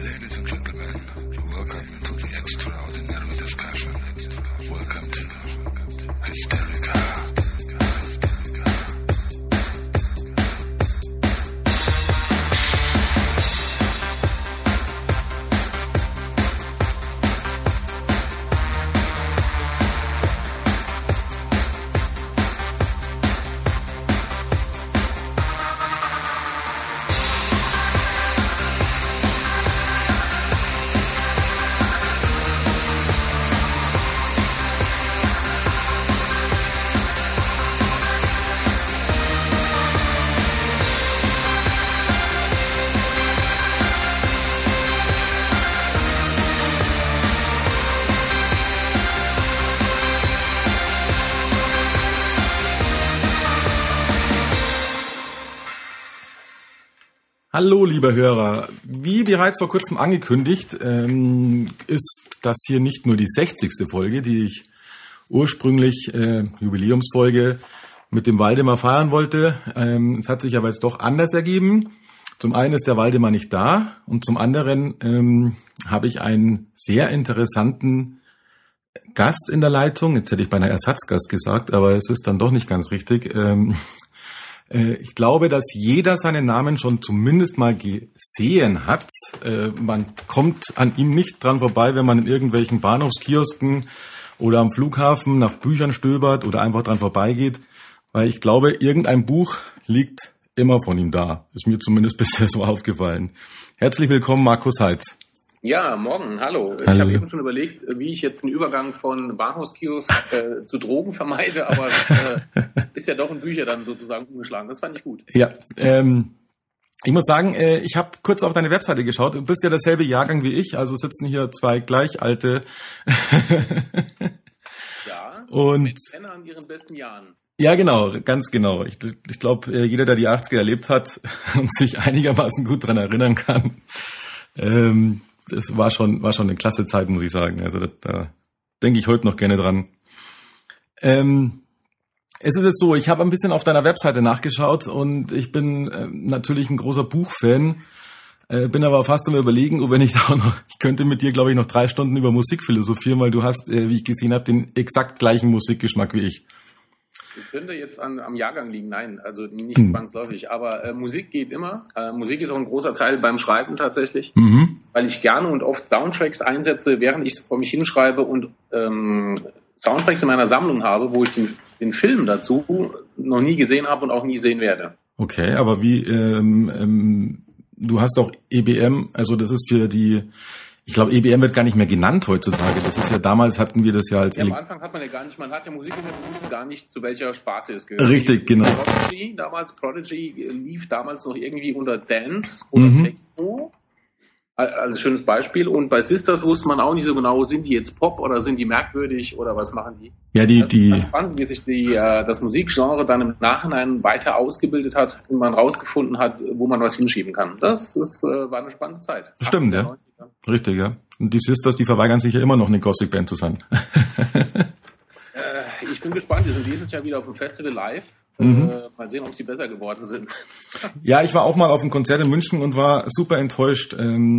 Ladies and gentlemen, welcome to the extraordinary discussion. Welcome to Hysterica. Hallo, lieber Hörer. Wie bereits vor kurzem angekündigt, ist das hier nicht nur die 60. Folge, die ich ursprünglich Jubiläumsfolge mit dem Waldemar feiern wollte. Es hat sich aber jetzt doch anders ergeben. Zum einen ist der Waldemar nicht da und zum anderen habe ich einen sehr interessanten Gast in der Leitung. Jetzt hätte ich beinahe Ersatzgast gesagt, aber es ist dann doch nicht ganz richtig. Ich glaube, dass jeder seinen Namen schon zumindest mal gesehen hat. Man kommt an ihm nicht dran vorbei, wenn man in irgendwelchen Bahnhofskiosken oder am Flughafen nach Büchern stöbert oder einfach dran vorbeigeht. Weil ich glaube, irgendein Buch liegt immer von ihm da. Ist mir zumindest bisher so aufgefallen. Herzlich willkommen, Markus Heitz. Ja, morgen, hallo. Ich habe eben schon überlegt, wie ich jetzt einen Übergang von Bahnhofskiosk zu Drogen vermeide, aber ist ja doch in Bücher dann sozusagen umgeschlagen. Das fand ich gut. Ja, ich muss sagen, ich habe kurz auf deine Webseite geschaut. Du bist ja derselbe Jahrgang wie ich, also sitzen hier zwei gleich alte. Ja, und mit Männer in ihren besten Jahren. Ja, genau, ganz genau. Ich glaube, jeder, der die 80er erlebt hat und sich einigermaßen gut dran erinnern kann, das war schon eine klasse Zeit, muss ich sagen. Also da denke ich heute noch gerne dran. Es ist jetzt so, ich habe ein bisschen auf deiner Webseite nachgeschaut und ich bin natürlich ein großer Buchfan, bin aber fast am Überlegen, ich könnte mit dir, glaube ich, noch 3 Stunden über Musik philosophieren, weil du hast, wie ich gesehen habe, den exakt gleichen Musikgeschmack wie ich. Könnte jetzt am Jahrgang liegen, nein, also nicht zwangsläufig, aber Musik geht immer. Musik ist auch ein großer Teil beim Schreiben tatsächlich, weil ich gerne und oft Soundtracks einsetze, während ich vor mich hinschreibe und Soundtracks in meiner Sammlung habe, wo ich den Film dazu noch nie gesehen habe und auch nie sehen werde. Okay, aber wie, du hast auch EBM, also das ist für die... Ich glaube, EBM wird gar nicht mehr genannt heutzutage. Das ist ja, damals hatten wir das ja als... Ja, am Anfang hat man ja gar nicht, man hat ja Musik und man wusste gar nicht, zu welcher Sparte es gehört. Richtig, genau. Prodigy lief damals noch irgendwie unter Dance oder Techno, als schönes Beispiel. Und bei Sisters wusste man auch nicht so genau, sind die jetzt Pop oder sind die merkwürdig oder was machen die? Ja, das ist spannend, wie sich das Musikgenre dann im Nachhinein weiter ausgebildet hat und man rausgefunden hat, wo man was hinschieben kann. Das war eine spannende Zeit. Stimmt, ja. Richtig, ja. Und die Sisters, die verweigern sich ja immer noch, eine Gothic-Band zu sein. Ich bin gespannt, wir sind dieses Jahr wieder auf dem Festival live. Mal sehen, ob sie besser geworden sind. Ja, ich war auch mal auf einem Konzert in München und war super enttäuscht.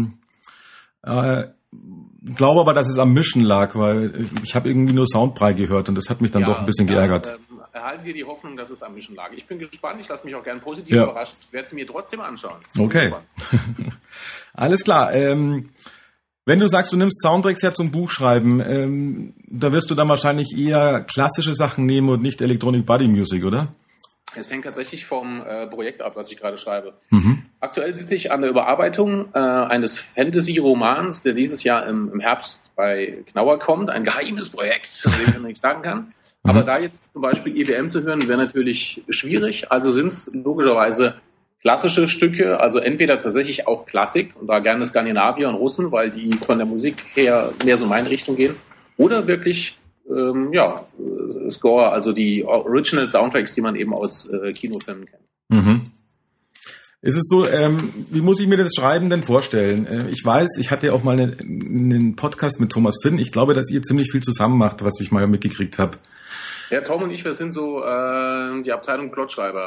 Glaube aber, dass es am Mischen lag, weil ich habe irgendwie nur Soundbrei gehört und das hat mich dann doch ein bisschen geärgert. Erhalten wir die Hoffnung, dass es am Mischen lag. Ich bin gespannt, ich lasse mich auch gern positiv überraschen. Ich werde es mir trotzdem anschauen. Okay. Alles klar. Wenn du sagst, du nimmst Soundtracks her zum Buchschreiben, da wirst du dann wahrscheinlich eher klassische Sachen nehmen und nicht Electronic Body Music, oder? Es hängt tatsächlich vom Projekt ab, was ich gerade schreibe. Aktuell sitze ich an der Überarbeitung eines Fantasy-Romans, der dieses Jahr im Herbst bei Knauer kommt. Ein geheimes Projekt, von dem ich noch nichts sagen kann. Aber da jetzt zum Beispiel EBM zu hören, wäre natürlich schwierig. Also sind es logischerweise klassische Stücke, also entweder tatsächlich auch Klassik und da gerne Skandinavier und Russen, weil die von der Musik her mehr so in meine Richtung gehen. Oder wirklich Score, also die Original Soundtracks, die man eben aus Kinofilmen kennt. Ist es so, wie muss ich mir das Schreiben denn vorstellen? Ich weiß, ich hatte auch mal einen Podcast mit Thomas Finn. Ich glaube, dass ihr ziemlich viel zusammen macht, was ich mal mitgekriegt habe. Ja, Tom und ich, wir sind so die Abteilung Plotschreiber.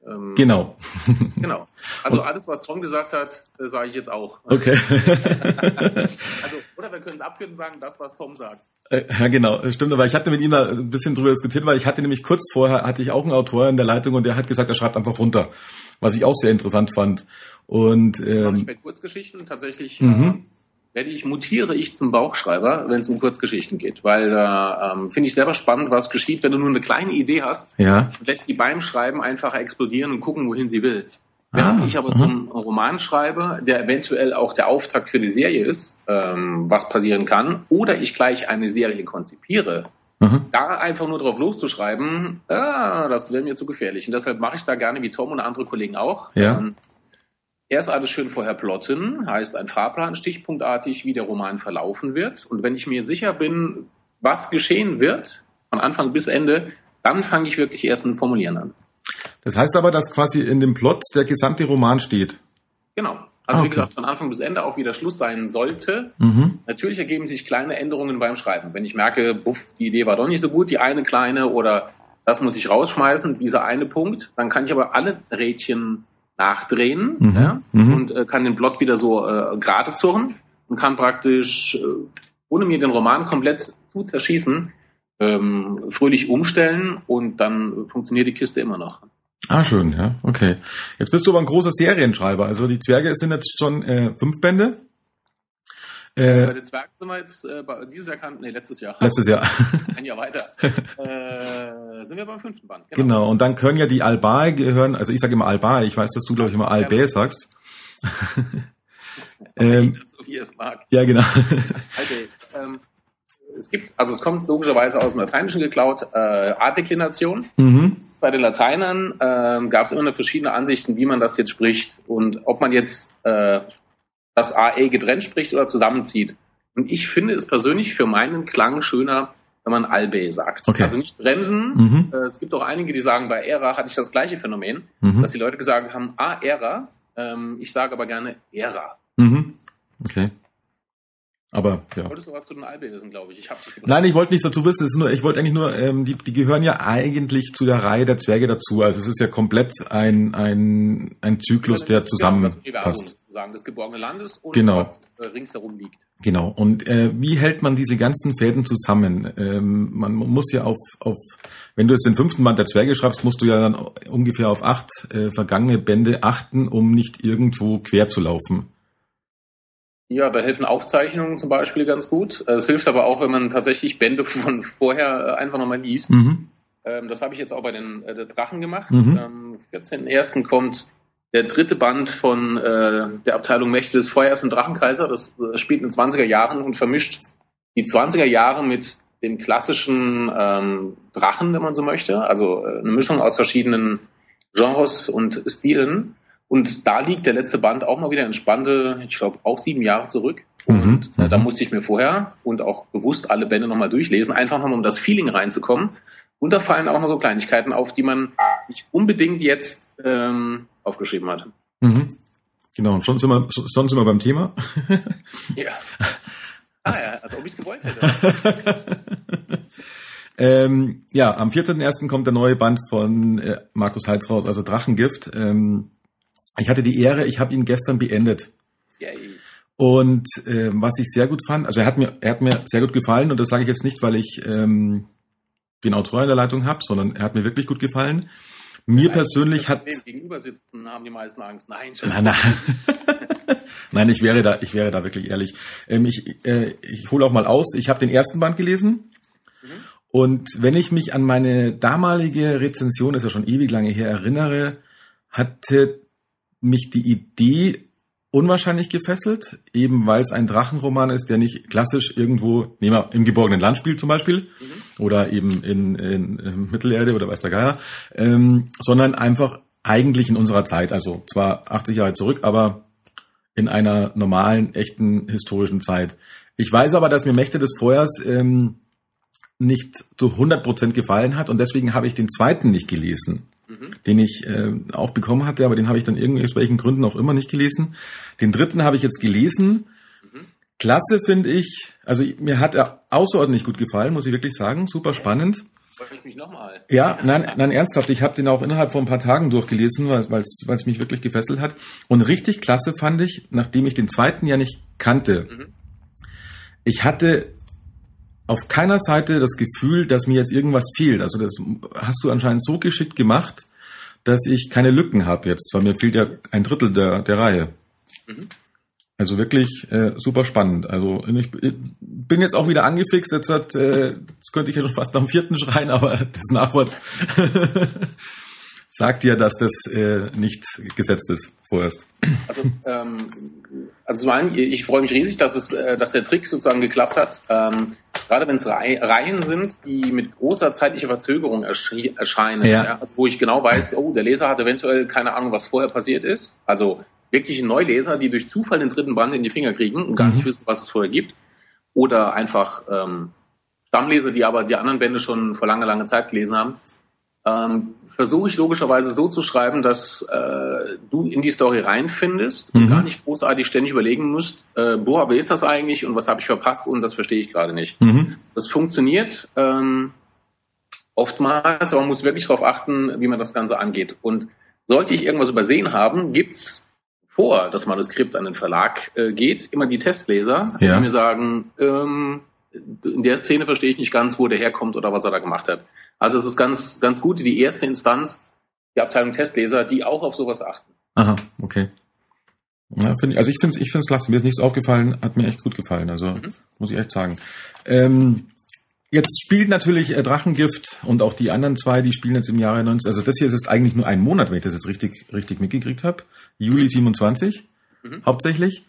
Genau. Genau. Also alles, was Tom gesagt hat, sage ich jetzt auch. Okay. Also, oder wir können es abkürzen sagen, das, was Tom sagt. Ja, genau, stimmt. Aber ich hatte mit ihm da ein bisschen drüber diskutiert, weil ich hatte nämlich kurz vorher, hatte ich auch einen Autor in der Leitung und der hat gesagt, er schreibt einfach runter, was ich auch sehr interessant fand. Und das mache ich bei Kurzgeschichten tatsächlich. Mutiere ich zum Bauchschreiber, wenn es um Kurzgeschichten geht, weil da finde ich selber spannend, was geschieht, wenn du nur eine kleine Idee hast und lässt die beim Schreiben einfach explodieren und gucken, wohin sie will. Während ich aber zum Roman schreibe, der eventuell auch der Auftakt für die Serie ist, was passieren kann, oder ich gleich eine Serie konzipiere, da einfach nur drauf loszuschreiben, das wäre mir zu gefährlich. Und deshalb mache ich da gerne, wie Tom und andere Kollegen auch, erst alles schön vorher plotten, heißt ein Fahrplan, stichpunktartig, wie der Roman verlaufen wird. Und wenn ich mir sicher bin, was geschehen wird, von Anfang bis Ende, dann fange ich wirklich erst mit dem Formulieren an. Das heißt aber, dass quasi in dem Plot der gesamte Roman steht? Genau. Also wie gesagt, von Anfang bis Ende auch wie der Schluss sein sollte. Natürlich ergeben sich kleine Änderungen beim Schreiben. Wenn ich merke, die Idee war doch nicht so gut, die eine kleine oder das muss ich rausschmeißen, dieser eine Punkt, dann kann ich aber alle Rädchen nachdrehen und kann den Plot wieder so gerade zurren und kann praktisch, ohne mir den Roman komplett zu zerschießen, fröhlich umstellen und dann funktioniert die Kiste immer noch. Ah, schön, ja, okay. Jetzt bist du aber ein großer Serienschreiber, also die Zwerge sind jetzt schon 5 Bände. Bei den Zwergen sind wir jetzt letztes Jahr. Letztes Jahr. Ein Jahr weiter. Sind wir beim 5. Band. Genau, und dann können ja die Albae gehören, also ich sage immer Albae, ich weiß, dass du, glaube ich, immer Albae sagst. So wie es mag. Ja, genau. Es kommt logischerweise aus dem Lateinischen geklaut, Artklination. Bei den Lateinern gab es immer verschiedene Ansichten, wie man das jetzt spricht und ob man jetzt das AE getrennt spricht oder zusammenzieht. Und ich finde es persönlich für meinen Klang schöner, wenn man Albae sagt. Okay. Also nicht bremsen. Es gibt auch einige, die sagen, bei Ära hatte ich das gleiche Phänomen, dass die Leute gesagt haben, Ära. Ich sage aber gerne Ära. Okay. Aber, ja. Wolltest du was zu den Albae wissen, glaube ich? Nein, ich wollte nichts dazu wissen. Ich wollte eigentlich nur, die gehören ja eigentlich zu der Reihe der Zwerge dazu. Also es ist ja komplett ein Zyklus, der zusammenpasst. Sagen, des geborgenen Landes und was ringsherum liegt. Genau. Und wie hält man diese ganzen Fäden zusammen? Man muss ja wenn du jetzt den 5. Band der Zwerge schreibst, musst du ja dann ungefähr auf 8 vergangene Bände achten, um nicht irgendwo quer zu laufen. Ja, da helfen Aufzeichnungen zum Beispiel ganz gut. Es hilft aber auch, wenn man tatsächlich Bände von vorher einfach nochmal liest. Das habe ich jetzt auch bei den Drachen gemacht. Am 14.01. kommt der 3. Band von der Abteilung Mächte des Feuers und Drachenkaiser. Das spielt in den 20er Jahren und vermischt die 20er Jahre mit dem klassischen Drachen, wenn man so möchte. Also eine Mischung aus verschiedenen Genres und Stilen. Und da liegt der letzte Band auch mal wieder entspannte, ich glaube, auch 7 Jahre zurück. Und da musste ich mir vorher und auch bewusst alle Bände nochmal durchlesen, einfach nochmal, um das Feeling reinzukommen. Und da fallen auch noch so Kleinigkeiten auf, die man nicht unbedingt jetzt aufgeschrieben hat. Genau, und schon sind wir beim Thema. Ja. Als ob ich es gewollt hätte. Am 14.01. kommt der neue Band von Markus Heitz raus, also Drachengift. Ich hatte die Ehre, ich habe ihn gestern beendet. Yay. Und was ich sehr gut fand, also er hat mir sehr gut gefallen und das sage ich jetzt nicht, weil ich den Autor in der Leitung habe, sondern er hat mir wirklich gut gefallen. Mir persönlich hat... Gegenüber sitzen, haben die meisten Angst. Nein, Nein, ich wäre da wirklich ehrlich. Ich hole auch mal aus. Ich habe den 1. Band gelesen. Und wenn ich mich an meine damalige Rezension, das ist ja schon ewig lange her, erinnere, hatte mich die Idee unwahrscheinlich gefesselt, eben weil es ein Drachenroman ist, der nicht klassisch irgendwo, nehmen wir im geborgenen Land spielt zum Beispiel, oder eben in Mittelerde oder weiß der Geier, sondern einfach eigentlich in unserer Zeit, also zwar 80 Jahre zurück, aber in einer normalen, echten, historischen Zeit. Ich weiß aber, dass mir Mächte des Feuers nicht zu 100% gefallen hat und deswegen habe ich den 2. nicht gelesen, den ich auch bekommen hatte, aber den habe ich dann aus welchen Gründen auch immer nicht gelesen. Den 3. habe ich jetzt gelesen. Klasse finde ich, also mir hat er außerordentlich gut gefallen, muss ich wirklich sagen, super spannend. Freue ich mich nochmal. Ja, nein, ernsthaft. Ich habe den auch innerhalb von ein paar Tagen durchgelesen, weil es mich wirklich gefesselt hat. Und richtig klasse fand ich, nachdem ich den zweiten ja nicht kannte. Ich hatte auf keiner Seite das Gefühl, dass mir jetzt irgendwas fehlt. Also das hast du anscheinend so geschickt gemacht, dass ich keine Lücken habe jetzt, weil mir fehlt ja ein Drittel der Reihe. Also wirklich super spannend. Also ich bin jetzt auch wieder angefixt. Jetzt könnte ich ja schon fast nach dem 4. schreien, aber das Nachwort sagt ja, dass das nicht gesetzt ist vorerst. Also ich freue mich riesig, dass der Trick sozusagen geklappt hat. Gerade wenn es Reihen sind, die mit großer zeitlicher Verzögerung erscheinen, ja, wo ich genau weiß, der Leser hat eventuell keine Ahnung, was vorher passiert ist. Also wirkliche Neuleser, die durch Zufall den 3. Band in die Finger kriegen und gar nicht wissen, was es vorher gibt. Oder einfach Stammleser, die aber die anderen Bände schon vor langer Zeit gelesen haben. Versuche ich logischerweise so zu schreiben, dass du in die Story reinfindest und gar nicht großartig ständig überlegen musst, wie ist das eigentlich und was habe ich verpasst und das verstehe ich gerade nicht. Das funktioniert oftmals, aber man muss wirklich darauf achten, wie man das Ganze angeht. Und sollte ich irgendwas übersehen haben, gibt's vor das Manuskript an den Verlag geht, immer die Testleser, die mir sagen, in der Szene verstehe ich nicht ganz, wo der herkommt oder was er da gemacht hat. Also es ist ganz, ganz gut, die erste Instanz, die Abteilung Testleser, die auch auf sowas achten. Aha, okay. Ja, ich finde es klasse. Mir ist nichts aufgefallen, hat mir echt gut gefallen. Also muss ich echt sagen. Jetzt spielt natürlich Drachengift und auch die anderen 2, die spielen jetzt im Jahre 19. Also das hier ist jetzt eigentlich nur ein Monat, wenn ich das jetzt richtig mitgekriegt habe. Juli 27 hauptsächlich.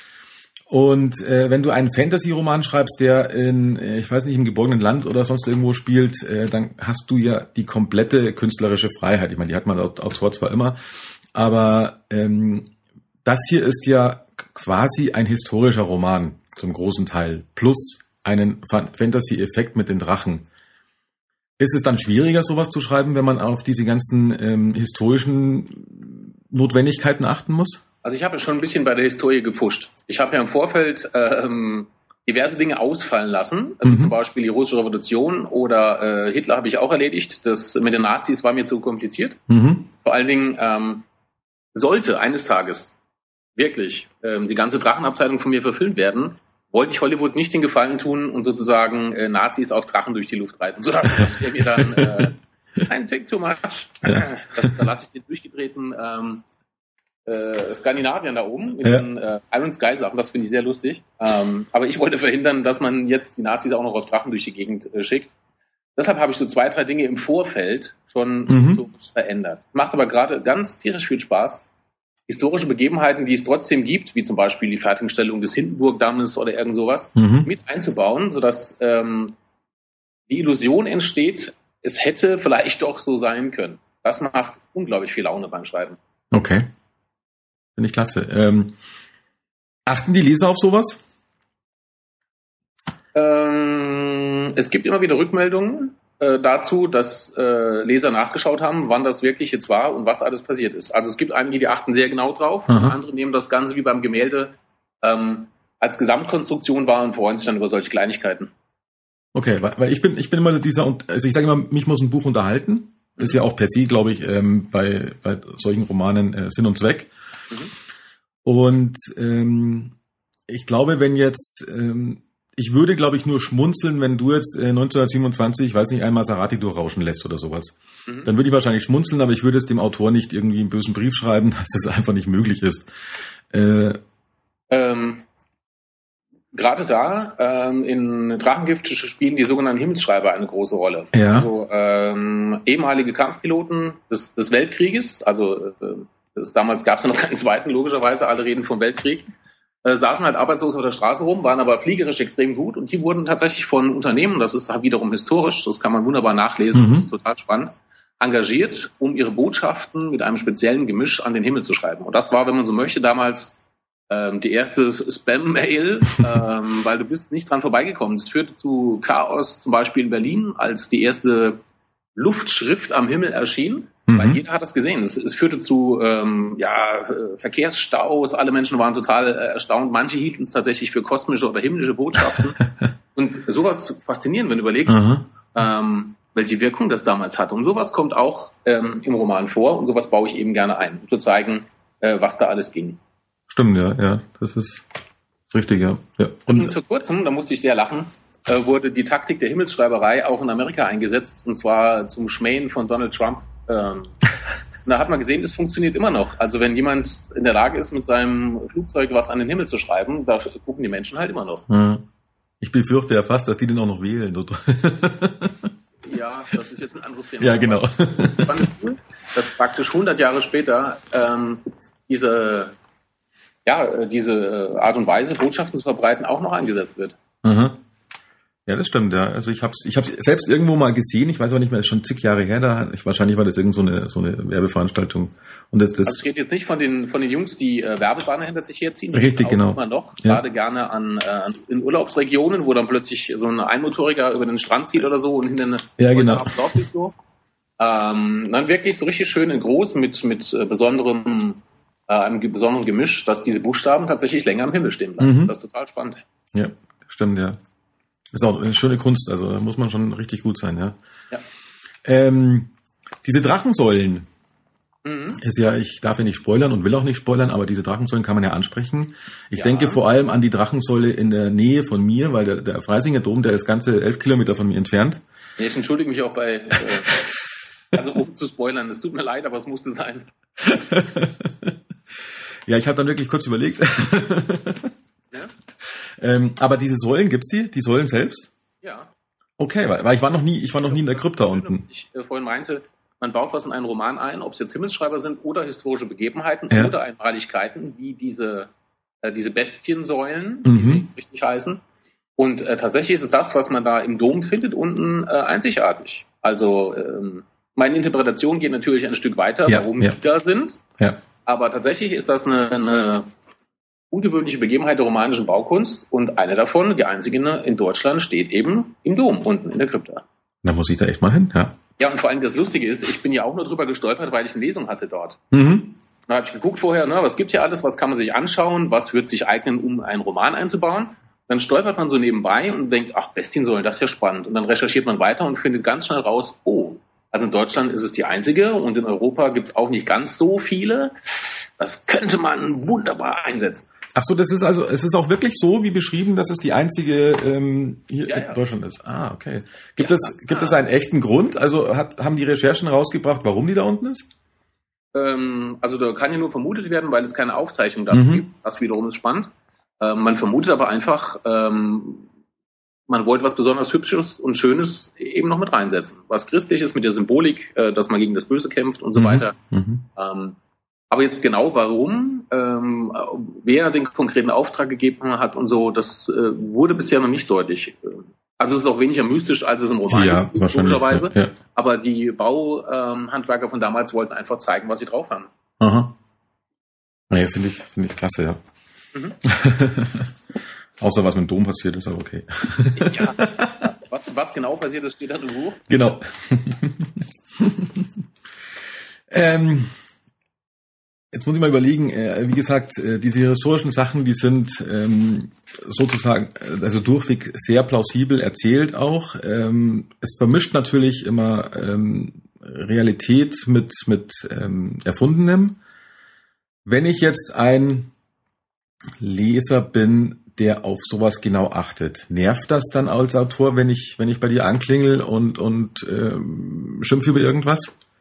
Und wenn du einen Fantasy-Roman schreibst, der ich weiß nicht, im geborgenen Land oder sonst irgendwo spielt, dann hast du ja die komplette künstlerische Freiheit. Ich meine, die hat man als Autor zwar immer, aber das hier ist ja quasi ein historischer Roman zum großen Teil, plus einen Fantasy-Effekt mit den Drachen. Ist es dann schwieriger, sowas zu schreiben, wenn man auf diese ganzen historischen Notwendigkeiten achten muss? Also ich habe schon ein bisschen bei der Historie gepusht. Ich habe ja im Vorfeld diverse Dinge ausfallen lassen, wie zum Beispiel die Russische Revolution oder Hitler habe ich auch erledigt. Das mit den Nazis war mir zu kompliziert. Vor allen Dingen sollte eines Tages wirklich die ganze Drachenabteilung von mir verfilmt werden, wollte ich Hollywood nicht den Gefallen tun und sozusagen Nazis auf Drachen durch die Luft reiten zu lassen. Das wäre mir dann ein Tick too much. Da lasse ich den durchgedrehten Skandinavien da oben mit den Iron Sky Sachen, das finde ich sehr lustig. Aber ich wollte verhindern, dass man jetzt die Nazis auch noch auf Drachen durch die Gegend schickt. Deshalb habe ich so 2, 3 Dinge im Vorfeld schon verändert. Macht aber gerade ganz tierisch viel Spaß, historische Begebenheiten, die es trotzdem gibt, wie zum Beispiel die Fertigstellung des Hindenburg-Dammes oder irgend sowas, mit einzubauen, sodass die Illusion entsteht, es hätte vielleicht doch so sein können. Das macht unglaublich viel Laune beim Schreiben. Okay. Finde ich klasse. Achten die Leser auf sowas? Es gibt immer wieder Rückmeldungen dazu, dass Leser nachgeschaut haben, wann das wirklich jetzt war und was alles passiert ist. Also es gibt einige, die achten sehr genau drauf, andere nehmen das Ganze wie beim Gemälde als Gesamtkonstruktion wahr und freuen sich dann über solche Kleinigkeiten. Okay, weil ich bin immer also ich sage immer, mich muss ein Buch unterhalten. Ist ja auch per se, glaube ich, bei solchen Romanen Sinn und Zweck. Und ich glaube, wenn jetzt, ich würde, glaube ich, nur schmunzeln, wenn du jetzt 1927, ich weiß nicht, ein Maserati durchrauschen lässt oder sowas. Dann würde ich wahrscheinlich schmunzeln, aber ich würde es dem Autor nicht irgendwie einen bösen Brief schreiben, dass es einfach nicht möglich ist. Gerade da, in Drachengift spielen die sogenannten Himmelsschreiber eine große Rolle. Ja. Also ehemalige Kampfpiloten des Weltkrieges, also damals gab es ja noch keinen zweiten, logischerweise, alle reden vom Weltkrieg, saßen halt arbeitslos auf der Straße rum, waren aber fliegerisch extrem gut und die wurden tatsächlich von Unternehmen, das ist wiederum historisch, das kann man wunderbar nachlesen, das ist total spannend, engagiert, um ihre Botschaften mit einem speziellen Gemisch an den Himmel zu schreiben. Und das war, wenn man so möchte, damals die erste Spam-Mail, weil du bist nicht dran vorbeigekommen. Es führte zu Chaos, zum Beispiel in Berlin, als die erste Luftschrift am Himmel erschien, weil jeder hat das gesehen. Es führte zu Verkehrsstaus, alle Menschen waren total erstaunt, manche hielten es tatsächlich für kosmische oder himmlische Botschaften. Und sowas faszinierend, wenn du überlegst, welche Wirkung das damals hatte. Und sowas kommt auch im Roman vor und sowas baue ich eben gerne ein, um zu zeigen, was da alles ging. Stimmt, ja, das ist richtig, ja. Und vor kurzem, da musste ich sehr lachen, wurde die Taktik der Himmelsschreiberei auch in Amerika eingesetzt, und zwar zum Schmähen von Donald Trump. Da hat man gesehen, es funktioniert immer noch. Also wenn jemand in der Lage ist, mit seinem Flugzeug was an den Himmel zu schreiben, da gucken die Menschen halt immer noch. Ja. Ich befürchte ja fast, dass die den auch noch wählen. Ja, das ist jetzt ein anderes Thema. Ja, genau. Ich fand es cool, dass praktisch 100 Jahre später diese Art und Weise, Botschaften zu verbreiten, auch noch eingesetzt wird. Aha. Ja, das stimmt, ja. Also ich hab's selbst irgendwo mal gesehen, ich weiß aber nicht mehr, ist schon zig Jahre her, wahrscheinlich war das irgend so eine Werbeveranstaltung. Und das also ich rede jetzt nicht von den Jungs, die Werbebanner hinter sich herziehen. Richtig, genau. Immer noch, gerade gerne in Urlaubsregionen, wo dann plötzlich so ein Einmotoriger über den Strand zieht oder so und hinter eine Dorf ist so. Dann wirklich so richtig schön in groß mit einem besonderen Gemisch, dass diese Buchstaben tatsächlich länger am Himmel stehen bleiben. Mhm. Das ist total spannend. Ja, stimmt, ja. Das ist auch eine schöne Kunst, also da muss man schon richtig gut sein, ja. Diese Drachensäulen, ist ja, ich darf ja nicht spoilern und will auch nicht spoilern, aber diese Drachensäulen kann man ja ansprechen. Ich denke vor allem an die Drachensäule in der Nähe von mir, weil der Freisinger Dom, der ist ganze 11 Kilometer von mir entfernt. Ja, ich entschuldige mich auch also um zu spoilern, es tut mir leid, aber es musste sein. Ja, ich habe dann wirklich kurz überlegt. Aber diese Säulen, gibt's die? Die Säulen selbst? Ja. Okay, weil ich war noch nie in der Krypta unten. Ich vorhin meinte, man baut was in einen Roman ein, ob es jetzt Himmelsschreiber sind oder historische Begebenheiten oder Einmaligkeiten, wie diese Bestiensäulen, wie sie richtig heißen. Und tatsächlich ist es das, was man da im Dom findet, unten einzigartig. Also meine Interpretation geht natürlich ein Stück weiter, warum die da sind. Ja. Aber tatsächlich ist das eine ungewöhnliche Begebenheit der romanischen Baukunst und eine davon, die einzige in Deutschland, steht eben im Dom, unten in der Krypta. Da muss ich da echt mal hin, ja. Ja, und vor allem das Lustige ist, ich bin ja auch nur drüber gestolpert, weil ich eine Lesung hatte dort. Da habe ich geguckt vorher, was gibt's hier alles, was kann man sich anschauen, was wird sich eignen, um einen Roman einzubauen. Dann stolpert man so nebenbei und denkt, ach, Bestiensäulen, das ist ja spannend. Und dann recherchiert man weiter und findet ganz schnell raus, also in Deutschland ist es die einzige und in Europa gibt's auch nicht ganz so viele. Das könnte man wunderbar einsetzen. Ach so, es ist auch wirklich so, wie beschrieben, dass es die einzige hier in Deutschland ist. Ah, okay. Gibt es einen echten Grund? Also haben die Recherchen rausgebracht, warum die da unten ist? Also da kann ja nur vermutet werden, weil es keine Aufzeichnung dazu gibt. Das wiederum ist spannend. Man vermutet aber einfach, man wollte was besonders Hübsches und Schönes eben noch mit reinsetzen. Was Christliches mit der Symbolik, dass man gegen das Böse kämpft und so weiter. Aber jetzt genau warum, wer den konkreten Auftrag gegeben hat und so, das wurde bisher noch nicht deutlich. Also es ist auch weniger mystisch, als es im Roman ist, logischerweise. Ja. Aber die Bauhandwerker von damals wollten einfach zeigen, was sie drauf haben. Aha. Naja, finde ich klasse, ja. Außer was mit dem Dom passiert ist, aber okay. Ja. Was genau passiert ist, steht da im Buch. Genau. Jetzt muss ich mal überlegen, wie gesagt, diese historischen Sachen, die sind sozusagen, also durchweg sehr plausibel erzählt auch. Es vermischt natürlich immer Realität mit Erfundenem. Wenn ich jetzt ein Leser bin, der auf sowas genau achtet, nervt das dann als Autor, wenn ich bei dir anklingel und schimpfe über irgendwas?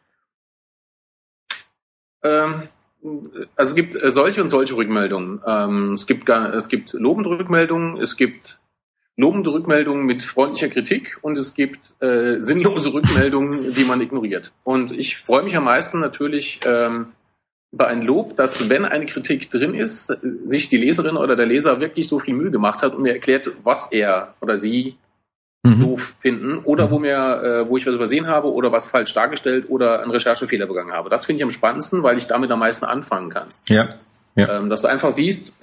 Also es gibt solche und solche Rückmeldungen. Es gibt lobende Rückmeldungen, es gibt lobende Rückmeldungen mit freundlicher Kritik und es gibt sinnlose Rückmeldungen, die man ignoriert. Und ich freue mich am meisten natürlich über ein Lob, dass, wenn eine Kritik drin ist, sich die Leserin oder der Leser wirklich so viel Mühe gemacht hat und mir erklärt, was er oder sie doof finden oder wo ich was übersehen habe oder was falsch dargestellt oder einen Recherchefehler begangen habe. Das finde ich am spannendsten, weil ich damit am meisten anfangen kann. Ja. Dass du einfach siehst,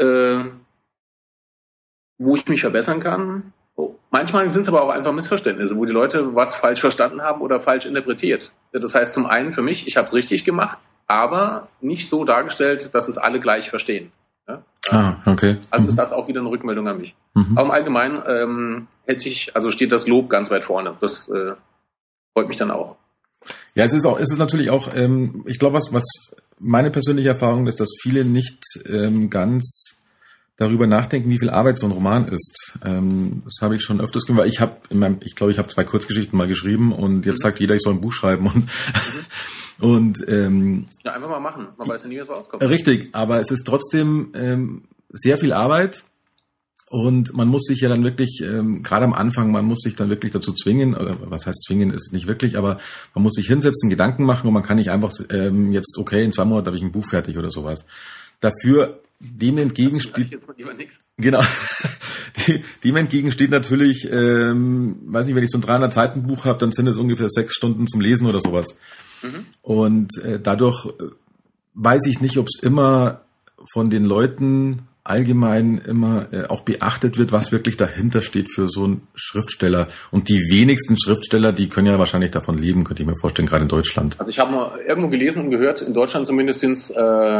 wo ich mich verbessern kann. Manchmal sind es aber auch einfach Missverständnisse, wo die Leute was falsch verstanden haben oder falsch interpretiert. Das heißt zum einen für mich, ich habe es richtig gemacht, aber nicht so dargestellt, dass es alle gleich verstehen. Ja? Okay. Also ist das auch wieder eine Rückmeldung an mich. Aber im Allgemeinen steht das Lob ganz weit vorne. Das freut mich dann auch. Ja, es ist natürlich auch, ich glaube, was meine persönliche Erfahrung ist, dass viele nicht ganz darüber nachdenken, wie viel Arbeit so ein Roman ist. Das habe ich schon öfters gemacht, weil ich glaube, ich habe 2 Kurzgeschichten mal geschrieben und jetzt sagt jeder, ich soll ein Buch schreiben und ja, einfach mal machen. Man weiß ja nie, was rauskommt. Richtig, aber es ist trotzdem sehr viel Arbeit. Und man muss sich ja dann wirklich, gerade am Anfang, man muss sich dann wirklich dazu zwingen, oder was heißt zwingen, ist nicht wirklich, aber man muss sich hinsetzen, Gedanken machen und man kann nicht einfach jetzt, okay, in 2 Monaten habe ich ein Buch fertig oder sowas. Dafür, dem entgegensteht, genau, dem entgegensteht natürlich, weiß nicht, wenn ich so ein 300-Seiten-Buch habe, dann sind es ungefähr 6 Stunden zum Lesen oder sowas. Mhm. Und dadurch weiß ich nicht, ob es immer von den Leuten allgemein immer auch beachtet wird, was wirklich dahinter steht für so einen Schriftsteller. Und die wenigsten Schriftsteller, die können ja wahrscheinlich davon leben, könnte ich mir vorstellen, gerade in Deutschland. Also ich habe mal irgendwo gelesen und gehört, in Deutschland zumindest sind es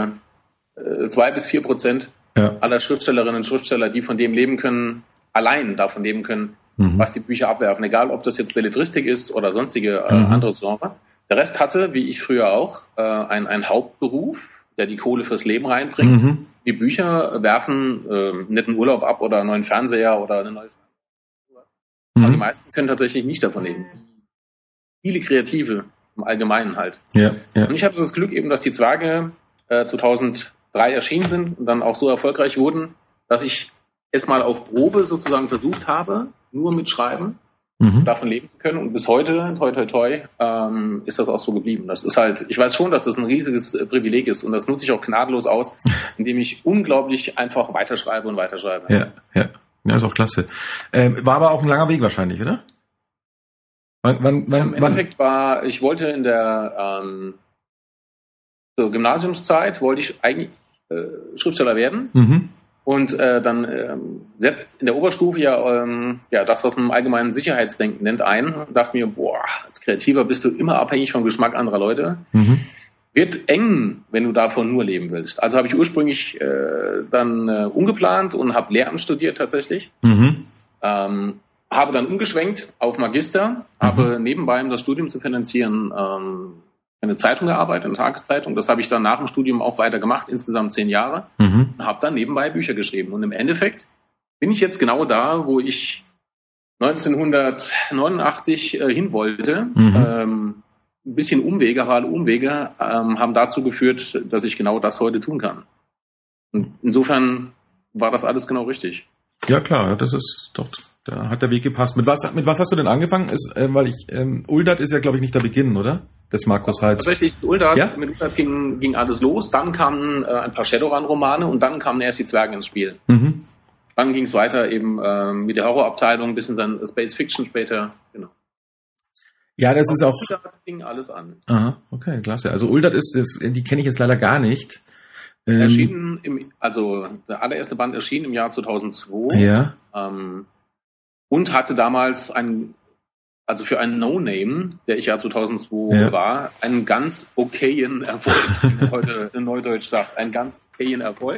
2-4% aller Schriftstellerinnen und Schriftsteller, die von dem leben können, allein davon leben können, was die Bücher abwerfen. Egal, ob das jetzt Belletristik ist oder sonstige anderes Genre. Der Rest hatte, wie ich früher auch, einen Hauptberuf, der die Kohle fürs Leben reinbringt. Die Bücher werfen nicht einen Urlaub ab oder einen neuen Fernseher oder eine neue Aber die meisten können tatsächlich nicht davon leben. Viele Kreative im Allgemeinen halt. Ja. Und ich hatte das Glück eben, dass die Zwerge 2003 erschienen sind und dann auch so erfolgreich wurden, dass ich es mal auf Probe sozusagen versucht habe, nur mit Schreiben, davon leben zu können. Und bis heute, toi, toi, toi, ist das auch so geblieben. Das ist halt, ich weiß schon, dass das ein riesiges Privileg ist und das nutze ich auch gnadenlos aus, indem ich unglaublich einfach weiterschreibe und weiterschreibe. Ja, ist auch klasse. War aber auch ein langer Weg wahrscheinlich, oder? Im Endeffekt ich wollte in der Gymnasiumszeit, wollte ich eigentlich Schriftsteller werden. Und dann setzt in der Oberstufe das, was man im allgemeinen Sicherheitsdenken nennt, ein. Und dachte mir, als Kreativer bist du immer abhängig vom Geschmack anderer Leute. Wird eng, wenn du davon nur leben willst. Also habe ich ursprünglich dann umgeplant und habe Lehramt studiert tatsächlich. Habe dann umgeschwenkt auf Magister, habe nebenbei, um das Studium zu finanzieren, eine Zeitung gearbeitet, eine Tageszeitung. Das habe ich dann nach dem Studium auch weiter gemacht, insgesamt 10 Jahre. Und habe dann nebenbei Bücher geschrieben. Und im Endeffekt bin ich jetzt genau da, wo ich 1989 hin wollte. Ein bisschen Umwege, aber alle Umwege haben dazu geführt, dass ich genau das heute tun kann. Und insofern war das alles genau richtig. Ja klar, das ist doch... Da hat der Weg gepasst. Mit was hast du denn angefangen? Uldert ist ja, glaube ich, nicht der Beginn, oder? Des Markus Heitz. Tatsächlich, Uldert, ja? Mit Uldert ging alles los. Dann kamen ein paar Shadowrun-Romane und dann kamen erst die Zwerge ins Spiel. Dann ging es weiter eben mit der Horrorabteilung bis in sein Space Fiction später. Genau. Ja, das ist auch... Uldert fing alles an. Aha, okay, klasse. Also Uldert die kenne ich jetzt leider gar nicht. Erschienen der allererste Band erschien im Jahr 2002. Ja. Und hatte damals für einen No-Name, der ich ja 2002 war, einen ganz okayen Erfolg, wie man heute in Neudeutsch sagt, einen ganz okayen Erfolg.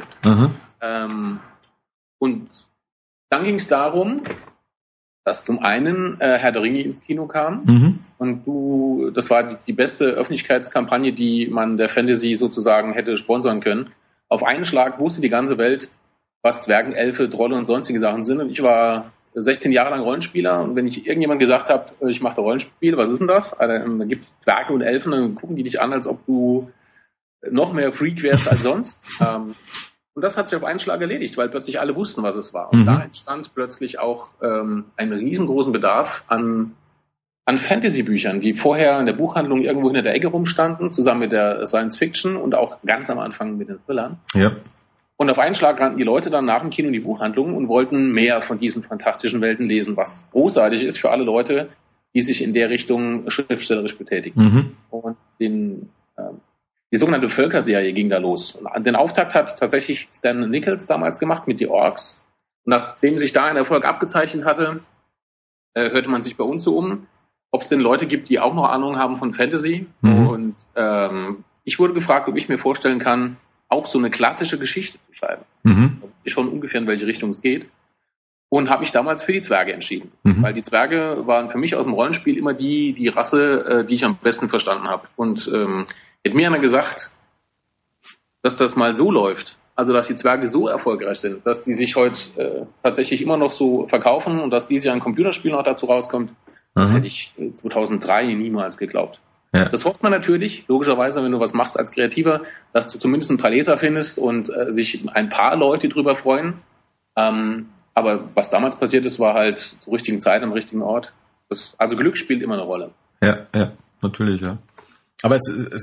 Und dann ging es darum, dass zum einen Herr der Ringe ins Kino kam und das war die beste Öffentlichkeitskampagne, die man der Fantasy sozusagen hätte sponsern können. Auf einen Schlag wusste die ganze Welt, was Zwergen, Elfe, Trolle und sonstige Sachen sind und ich war 16 Jahre lang Rollenspieler und wenn ich irgendjemand gesagt habe, ich mache da Rollenspiele, was ist denn das? Also, da gibt es Zwerge und Elfen, dann gucken die dich an, als ob du noch mehr Freak wärst als sonst. Und das hat sich auf einen Schlag erledigt, weil plötzlich alle wussten, was es war. Und da entstand plötzlich auch ein riesengroßen Bedarf an Fantasy-Büchern, die vorher in der Buchhandlung irgendwo hinter der Ecke rumstanden, zusammen mit der Science-Fiction und auch ganz am Anfang mit den Thrillern. Ja. Und auf einen Schlag rannten die Leute dann nach dem Kino in die Buchhandlung und wollten mehr von diesen fantastischen Welten lesen, was großartig ist für alle Leute, die sich in der Richtung schriftstellerisch betätigen. Und die sogenannte Völkerserie ging da los. Und den Auftakt hat tatsächlich Stan Nichols damals gemacht mit die Orks. Und nachdem sich da ein Erfolg abgezeichnet hatte, hörte man sich bei uns so um, ob es denn Leute gibt, die auch noch Ahnung haben von Fantasy. Und ich wurde gefragt, ob ich mir vorstellen kann, auch so eine klassische Geschichte zu schreiben. Ich schon ungefähr, in welche Richtung es geht. und habe mich damals für die Zwerge entschieden. Weil die Zwerge waren für mich aus dem Rollenspiel immer die Rasse, die ich am besten verstanden habe. Und hätte mir einer gesagt, dass das mal so läuft, also dass die Zwerge so erfolgreich sind, dass die sich heute tatsächlich immer noch so verkaufen und dass dieses Jahr ein Computerspiel noch dazu rauskommt, das hätte ich 2003 niemals geglaubt. Ja. Das hofft man natürlich, logischerweise, wenn du was machst als Kreativer, dass du zumindest ein paar Leser findest und sich ein paar Leute drüber freuen. Aber was damals passiert ist, war halt zur richtigen Zeit am richtigen Ort. Also Glück spielt immer eine Rolle. Ja, natürlich, ja. Aber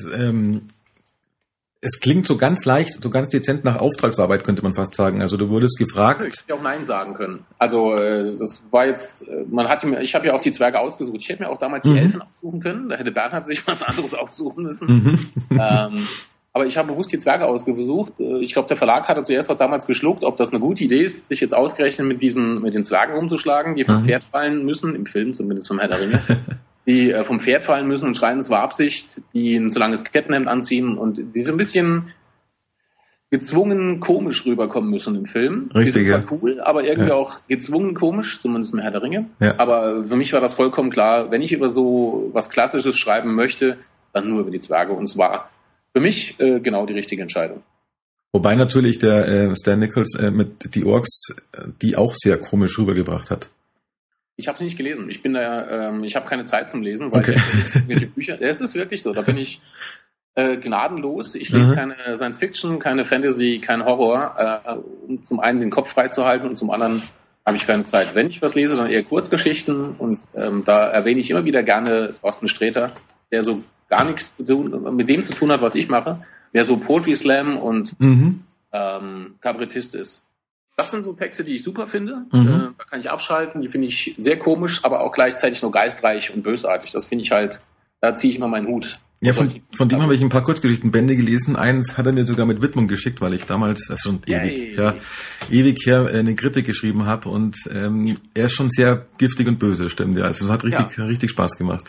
es klingt so ganz leicht, so ganz dezent nach Auftragsarbeit, könnte man fast sagen. Also du wurdest gefragt. Ich hätte auch Nein sagen können. Also das war jetzt, ich habe ja auch die Zwerge ausgesucht. Ich hätte mir auch damals die Elfen aussuchen können. Da hätte Bernhard sich was anderes aussuchen müssen. Aber ich habe bewusst die Zwerge ausgesucht. Ich glaube, der Verlag hatte zuerst auch damals geschluckt, ob das eine gute Idee ist, sich jetzt ausgerechnet mit den Zwergen rumzuschlagen, die vom Pferd fallen müssen, im Film zumindest vom Herr der Ringe. Die vom Pferd fallen müssen und schreien, es war Absicht, die ein zu langes Kettenhemd anziehen und die so ein bisschen gezwungen komisch rüberkommen müssen im Film. Richtig, die sind zwar cool, aber irgendwie auch gezwungen komisch, zumindest im Herr der Ringe. Ja. Aber für mich war das vollkommen klar, wenn ich über so was Klassisches schreiben möchte, dann nur über die Zwerge. Und zwar für mich genau die richtige Entscheidung. Wobei natürlich der Stan Nichols mit die Orks die auch sehr komisch rübergebracht hat. Ich habe sie nicht gelesen. Ich habe keine Zeit zum Lesen, weil ich irgendwelche Bücher. Es ist wirklich so. Da bin ich gnadenlos. Ich lese keine Science-Fiction, keine Fantasy, kein Horror, um zum einen den Kopf freizuhalten und zum anderen habe ich keine Zeit. Wenn ich was lese, dann eher Kurzgeschichten und da erwähne ich immer wieder gerne Thorsten Sträter, der so gar nichts mit dem zu tun hat, was ich mache, der so Poetry Slam und Kabarettist ist. Das sind so Texte, die ich super finde. Da kann ich abschalten. Die finde ich sehr komisch, aber auch gleichzeitig nur geistreich und bösartig. Das finde ich halt, da ziehe ich mal meinen Hut. Ja, von dem habe ich ein paar Kurzgeschichtenbände gelesen. Eins hat er mir sogar mit Widmung geschickt, weil ich damals, das ist schon ewig her, eine Kritik geschrieben habe. Und er ist schon sehr giftig und böse, stimmt. Ja, also es hat richtig Spaß gemacht.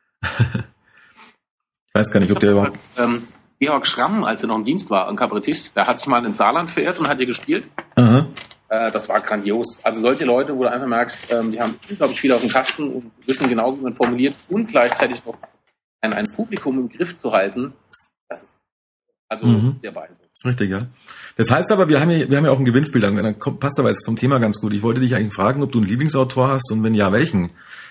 Ich weiß gar nicht, ob der überhaupt... Georg Schramm, als er noch im Dienst war, ein Kabarettist, der hat sich mal in Saarland verirrt und hat hier gespielt. Das war grandios. Also solche Leute, wo du einfach merkst, die haben unglaublich viel auf dem Kasten und wissen genau, wie man formuliert und gleichzeitig noch ein Publikum im Griff zu halten, das ist also sehr beeindruckend. Richtig, ja. Das heißt aber, wir haben ja auch ein Gewinnspiel, dann passt aber jetzt vom Thema ganz gut. Ich wollte dich eigentlich fragen, ob du einen Lieblingsautor hast und wenn ja, welchen?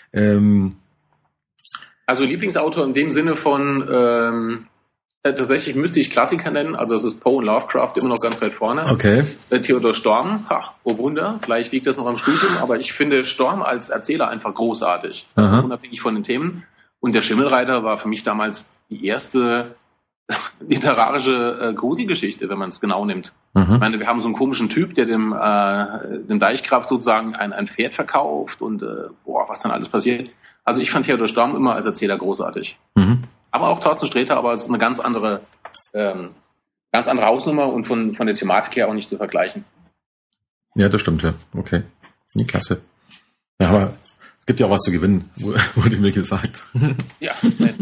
Also Lieblingsautor in dem Sinne von... tatsächlich müsste ich Klassiker nennen, also es ist Poe und Lovecraft immer noch ganz weit vorne. Okay. Theodor Storm, oh Wunder, vielleicht liegt das noch am Studium, aber ich finde Storm als Erzähler einfach großartig, unabhängig von den Themen. Und der Schimmelreiter war für mich damals die erste literarische Gruselgeschichte, wenn man es genau nimmt. Ich meine, wir haben so einen komischen Typ, der dem Deichgraf sozusagen ein Pferd verkauft und was dann alles passiert. Also ich fand Theodor Storm immer als Erzähler großartig. Aber auch Thorsten Sträter, aber es ist eine ganz andere Hausnummer und von der Thematik her auch nicht zu vergleichen. Ja, das stimmt, ja. Okay. Nee, klasse. Ja, aber es gibt ja auch was zu gewinnen, wurde mir gesagt. Ja, nett.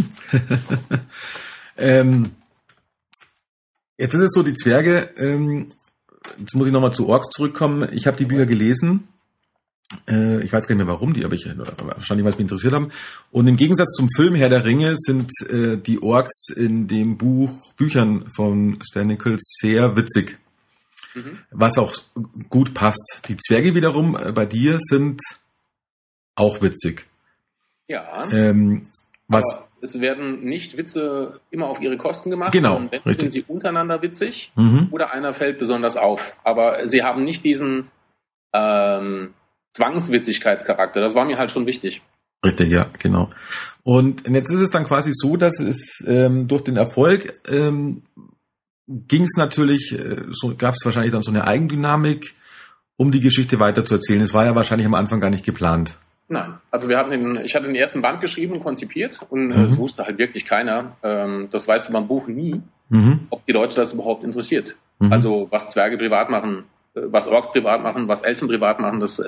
Jetzt ist es so, die Zwerge, jetzt muss ich nochmal zu Orks zurückkommen. Ich habe die Bücher gelesen. Ich weiß gar nicht mehr, warum die, aber wahrscheinlich, weil es mich interessiert haben. Und im Gegensatz zum Film Herr der Ringe sind die Orks in den Büchern von Stan Nichols sehr witzig. Was auch gut passt. Die Zwerge wiederum bei dir sind auch witzig. Ja. Aber es werden nicht Witze immer auf ihre Kosten gemacht. Genau. Und wenn sind sie untereinander witzig oder einer fällt besonders auf. Aber sie haben nicht diesen Zwangswitzigkeitscharakter, das war mir halt schon wichtig. Richtig, ja, genau. Und jetzt ist es dann quasi so, dass es durch den Erfolg ging es natürlich, gab es wahrscheinlich dann so eine Eigendynamik, um die Geschichte weiter zu erzählen. Es war ja wahrscheinlich am Anfang gar nicht geplant. Nein, also ich hatte den ersten Band geschrieben und konzipiert und es wusste halt wirklich keiner. Das weißt du beim Buch nie, ob die Leute das überhaupt interessiert. Also was Zwerge privat machen, was Orks privat machen, was Elfen privat machen, das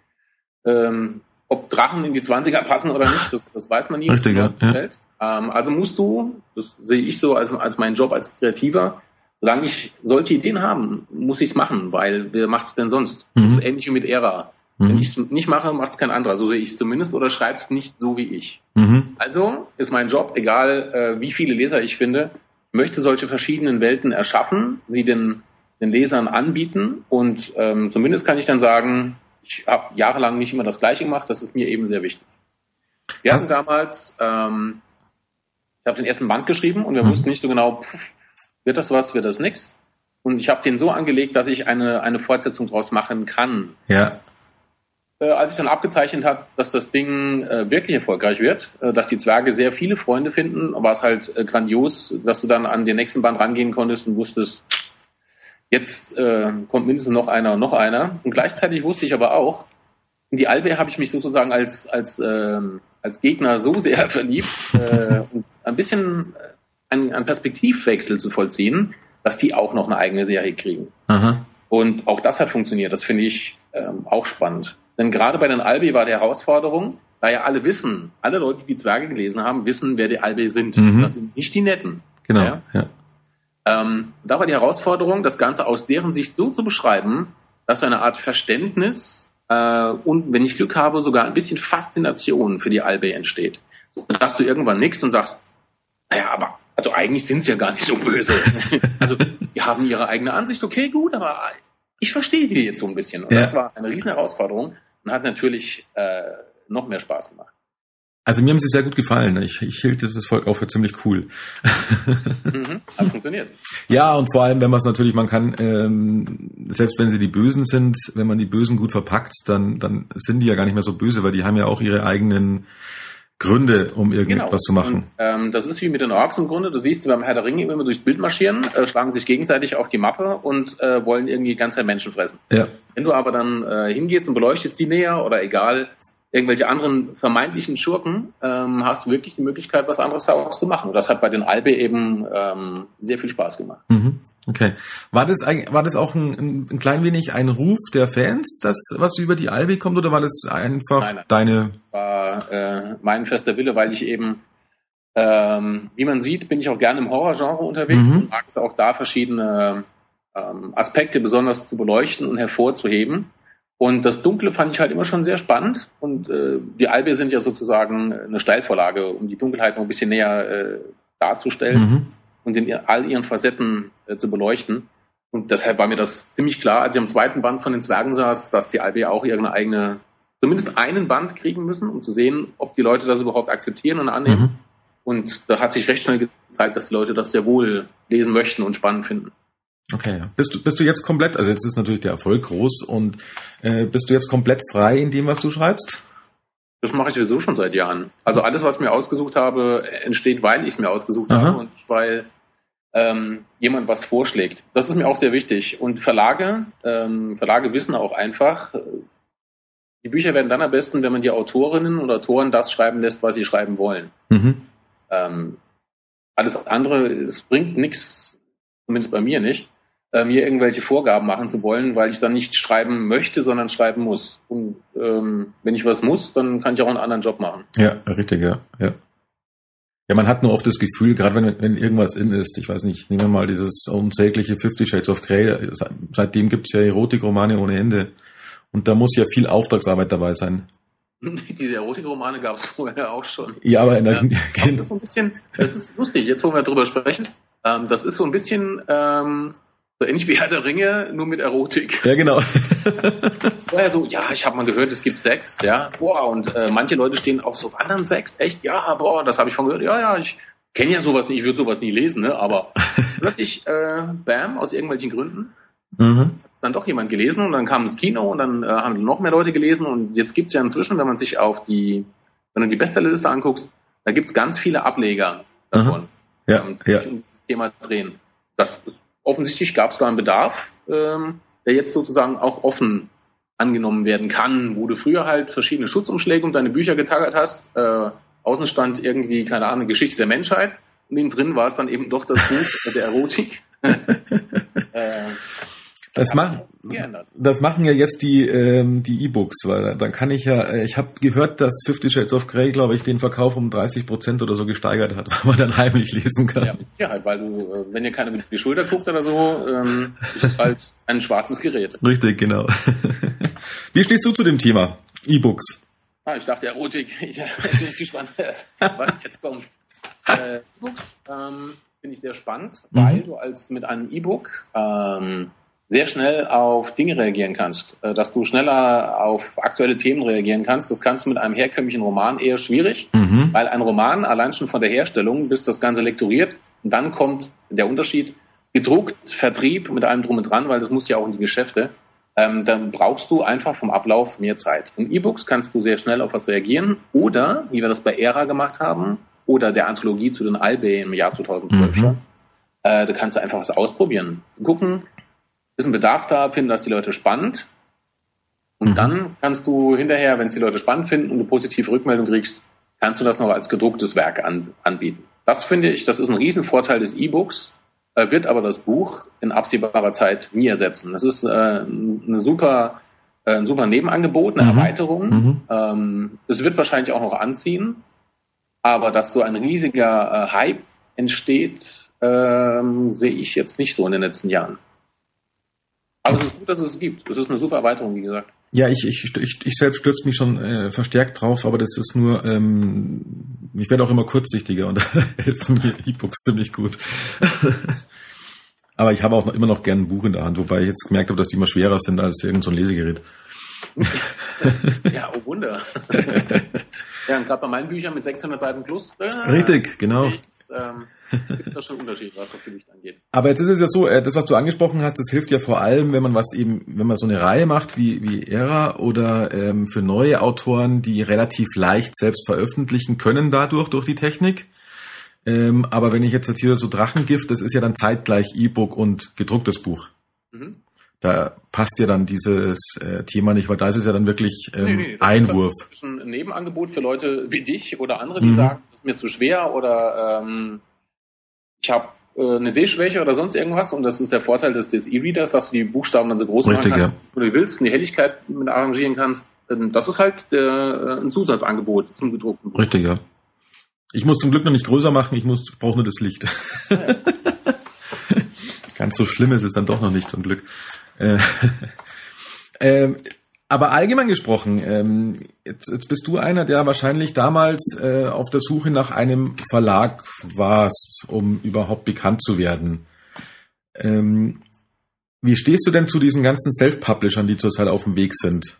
ob Drachen in die 20er passen oder nicht, das weiß man nie. Richtig, ja. Also musst du, das sehe ich so als meinen Job als Kreativer, solange ich solche Ideen haben, muss ich es machen, weil wer macht es denn sonst? Das ist ähnlich wie mit Ära. Wenn ich es nicht mache, macht es kein anderer. So sehe ich es zumindest oder schreibe es nicht so wie ich. Also ist mein Job, egal wie viele Leser ich finde, möchte solche verschiedenen Welten erschaffen, sie den Lesern anbieten und zumindest kann ich dann sagen, ich habe jahrelang nicht immer das Gleiche gemacht, das ist mir eben sehr wichtig. Wir hatten damals, ich habe den ersten Band geschrieben und wir wussten nicht so genau, wird das was, wird das nix? Und ich habe den so angelegt, dass ich eine Fortsetzung draus machen kann. Ja. Als ich dann abgezeichnet habe, dass das Ding wirklich erfolgreich wird, dass die Zwerge sehr viele Freunde finden, war es halt grandios, dass du dann an den nächsten Band rangehen konntest und wusstest, jetzt kommt mindestens noch einer. Und gleichzeitig wusste ich aber auch, in die Albe habe ich mich sozusagen als Gegner so sehr verliebt, und ein bisschen einen Perspektivwechsel zu vollziehen, dass die auch noch eine eigene Serie kriegen. Aha. Und auch das hat funktioniert. Das finde ich auch spannend. Denn gerade bei den Albi war die Herausforderung, da ja alle Leute, die Zwerge gelesen haben, wissen, wer die Albi sind. Das sind nicht die Netten. Genau, ja. Da war die Herausforderung, das Ganze aus deren Sicht so zu beschreiben, dass so eine Art Verständnis und, wenn ich Glück habe, sogar ein bisschen Faszination für die Albi entsteht. So, dass du irgendwann nickst und sagst, naja, aber also eigentlich sind sie ja gar nicht so böse. Also die haben ihre eigene Ansicht, okay, gut, aber ich verstehe die jetzt so ein bisschen. Und das war eine riesen Herausforderung und hat natürlich noch mehr Spaß gemacht. Also mir haben sie sehr gut gefallen. Ich hielt dieses Volk auch für ziemlich cool. Hat funktioniert. Ja, und vor allem, wenn man es natürlich, man kann, selbst wenn sie die Bösen sind, wenn man die Bösen gut verpackt, dann sind die ja gar nicht mehr so böse, weil die haben ja auch ihre eigenen Gründe, um irgendetwas zu machen. Und, das ist wie mit den Orks im Grunde. Du siehst beim Herr der Ringe immer durchs Bild marschieren, schlagen sich gegenseitig auf die Mappe und wollen irgendwie die ganze Zeit Menschen fressen. Ja. Wenn du aber dann hingehst und beleuchtest die näher oder egal, irgendwelche anderen vermeintlichen Schurken, hast du wirklich die Möglichkeit, was anderes daraus zu machen. Und das hat bei den Albe eben sehr viel Spaß gemacht. Okay. War das auch ein klein wenig ein Ruf der Fans, das, was über die Albe kommt, oder war das einfach deine... Das war mein fester Wille, weil ich eben, wie man sieht, bin ich auch gerne im Horrorgenre unterwegs und mag es auch da verschiedene Aspekte besonders zu beleuchten und hervorzuheben. Und das Dunkle fand ich halt immer schon sehr spannend. Und die Albe sind ja sozusagen eine Steilvorlage, um die Dunkelheit noch ein bisschen näher darzustellen und in all ihren Facetten zu beleuchten. Und deshalb war mir das ziemlich klar, als ich am zweiten Band von den Zwergen saß, dass die Albe auch irgendeine eigene, zumindest einen Band kriegen müssen, um zu sehen, ob die Leute das überhaupt akzeptieren und annehmen. Und da hat sich recht schnell gezeigt, dass die Leute das sehr wohl lesen möchten und spannend finden. Okay, ja. Bist du jetzt komplett, also jetzt ist natürlich der Erfolg groß, und bist du jetzt komplett frei in dem, was du schreibst? Das mache ich sowieso schon seit Jahren. Also alles, was ich mir ausgesucht habe, entsteht, weil ich es mir ausgesucht habe und nicht, weil jemand was vorschlägt. Das ist mir auch sehr wichtig. Und Verlage wissen auch einfach, die Bücher werden dann am besten, wenn man die Autorinnen und Autoren das schreiben lässt, was sie schreiben wollen. Alles andere, es bringt nichts, zumindest bei mir nicht, mir irgendwelche Vorgaben machen zu wollen, weil ich dann nicht schreiben möchte, sondern schreiben muss. Und wenn ich was muss, dann kann ich auch einen anderen Job machen. Ja, richtig, ja. Ja, man hat nur oft das Gefühl, gerade wenn irgendwas in ist, ich weiß nicht, nehmen wir mal dieses unsägliche 50 Shades of Grey, seitdem gibt's ja Erotikromane ohne Ende. Und da muss ja viel Auftragsarbeit dabei sein. Diese Erotikromane gab es vorher auch schon. Ja, aber in der das ist lustig, jetzt wo wir drüber sprechen. Das ist so ein bisschen so ähnlich wie Herr der Ringe, nur mit Erotik. Ja, genau. Vorher so, ja, ich habe mal gehört, es gibt Sex, ja, boah, und manche Leute stehen auf so anderen Sex, echt, ja, boah, das habe ich von gehört, ja, ich kenne ja sowas nicht, ich würde sowas nie lesen, ne, aber plötzlich, bam, aus irgendwelchen Gründen, hat es dann doch jemand gelesen und dann kam das Kino und dann haben noch mehr Leute gelesen und jetzt gibt's ja inzwischen, wenn man sich wenn du die Bestsellerliste anguckst, da gibt's ganz viele Ableger davon, die das Thema drehen. Offensichtlich gab es da einen Bedarf, der jetzt sozusagen auch offen angenommen werden kann, wo du früher halt verschiedene Schutzumschläge um deine Bücher getaggert hast. Außen stand irgendwie, keine Ahnung, Geschichte der Menschheit und innen drin war es dann eben doch das Buch der Erotik. Das machen ja jetzt die E-Books, weil dann kann ich ich habe gehört, dass 50 Shades of Grey, glaube ich, den Verkauf um 30% oder so gesteigert hat, weil man dann heimlich lesen kann. Ja, halt, weil du, wenn dir keiner mit die Schulter guckt oder so, ist es halt ein schwarzes Gerät. Richtig, genau. Wie stehst du zu dem Thema E-Books? Ich dachte Erotik. Ich bin gespannt, was jetzt kommt. E-Books finde ich sehr spannend, weil du mit einem E-Book sehr schnell auf Dinge reagieren kannst, dass du schneller auf aktuelle Themen reagieren kannst. Das kannst du mit einem herkömmlichen Roman eher schwierig, weil ein Roman allein schon von der Herstellung, bis das Ganze lektoriert, und dann kommt der Unterschied, gedruckt, Vertrieb mit allem drum und dran, weil das muss ja auch in die Geschäfte, dann brauchst du einfach vom Ablauf mehr Zeit. In E-Books kannst du sehr schnell auf was reagieren oder, wie wir das bei ERA gemacht haben, oder der Anthologie zu den Albay im Jahr 2012 schon, du kannst einfach was ausprobieren. Gucken, ist ein Bedarf da, finden das die Leute spannend. Und dann kannst du hinterher, wenn es die Leute spannend finden und du positive Rückmeldung kriegst, kannst du das noch als gedrucktes Werk anbieten. Das finde ich, das ist ein Riesenvorteil des E-Books, wird aber das Buch in absehbarer Zeit nie ersetzen. Das ist ein super Nebenangebot, eine Erweiterung. Es wird wahrscheinlich auch noch anziehen, aber dass so ein riesiger Hype entsteht, sehe ich jetzt nicht so in den letzten Jahren. Aber es ist gut, dass es gibt. Es ist eine super Erweiterung, wie gesagt. Ja, ich selbst stürze mich schon verstärkt drauf, aber das ist nur, ich werde auch immer kurzsichtiger und da helfen mir E-Books ziemlich gut. Aber ich habe auch immer noch gern ein Buch in der Hand, wobei ich jetzt gemerkt habe, dass die immer schwerer sind als irgend so ein Lesegerät. Ja, oh Wunder. Ja, und gerade bei meinen Büchern mit 600 Seiten plus. Richtig, genau. Gibt es schon Unterschied, was das Gewicht angeht. Aber jetzt ist es ja so, das, was du angesprochen hast, das hilft ja vor allem, wenn man so eine Reihe macht wie ERA oder für neue Autoren, die relativ leicht selbst veröffentlichen können dadurch, durch die Technik. Aber wenn ich jetzt hier so Drachengift, das ist ja dann zeitgleich E-Book und gedrucktes Buch. Da passt ja dann dieses Thema nicht, weil da ist es ja dann wirklich Einwurf. Das ist ein Nebenangebot für Leute wie dich oder andere, die sagen, das ist mir zu schwer oder ich habe eine Sehschwäche oder sonst irgendwas und das ist der Vorteil des E-Readers, dass du die Buchstaben dann so groß machen kannst, wo du willst und die Helligkeit mit arrangieren kannst. Das ist halt ein Zusatzangebot zum gedruckten Buch. Richtig, ja. Ich muss zum Glück noch nicht größer machen, brauche nur das Licht. Ja. Ganz so schlimm ist es dann doch noch nicht, zum Glück. Aber allgemein gesprochen, jetzt bist du einer, der wahrscheinlich damals auf der Suche nach einem Verlag warst, um überhaupt bekannt zu werden. Wie stehst du denn zu diesen ganzen Self-Publishern, die zurzeit auf dem Weg sind?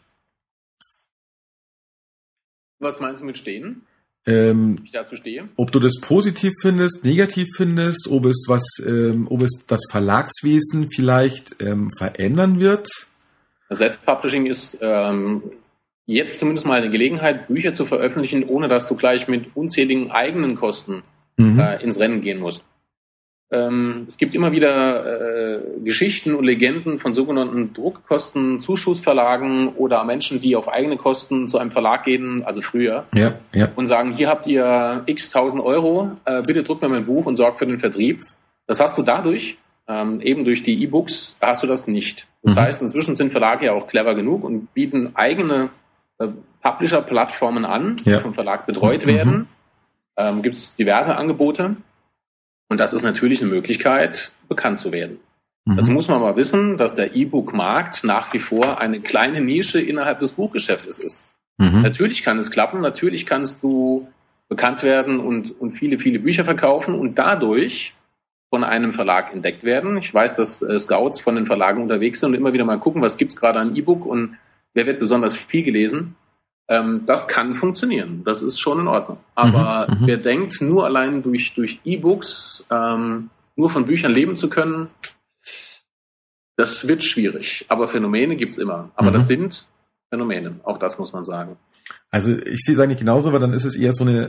Was meinst du mit stehen? Wie ich dazu stehe? Ob du das positiv findest, negativ findest, ob es das Verlagswesen vielleicht verändern wird? Self-Publishing ist jetzt zumindest mal eine Gelegenheit, Bücher zu veröffentlichen, ohne dass du gleich mit unzähligen eigenen Kosten ins Rennen gehen musst. Es gibt immer wieder Geschichten und Legenden von sogenannten Druckkosten-Zuschussverlagen oder Menschen, die auf eigene Kosten zu einem Verlag gehen, also früher, und sagen, hier habt ihr x 1000 Euro, bitte druckt mir mein Buch und sorgt für den Vertrieb. Das hast du dadurch, eben durch die E-Books, hast du das nicht. Das heißt, inzwischen sind Verlage ja auch clever genug und bieten eigene Publisher-Plattformen an, die vom Verlag betreut werden. Gibt es diverse Angebote. Und das ist natürlich eine Möglichkeit, bekannt zu werden. Dazu muss man aber wissen, dass der E-Book-Markt nach wie vor eine kleine Nische innerhalb des Buchgeschäftes ist. Natürlich kann es klappen, natürlich kannst du bekannt werden und viele, viele Bücher verkaufen und dadurch von einem Verlag entdeckt werden. Ich weiß, dass Scouts von den Verlagen unterwegs sind und immer wieder mal gucken, was gibt's gerade an E-Book und wer wird besonders viel gelesen. Das kann funktionieren. Das ist schon in Ordnung. Aber wer denkt, nur allein durch E-Books nur von Büchern leben zu können, das wird schwierig. Aber Phänomene gibt's immer. Aber das sind Phänomene. Auch das muss man sagen. Also ich sehe es eigentlich genauso, weil dann ist es eher so eine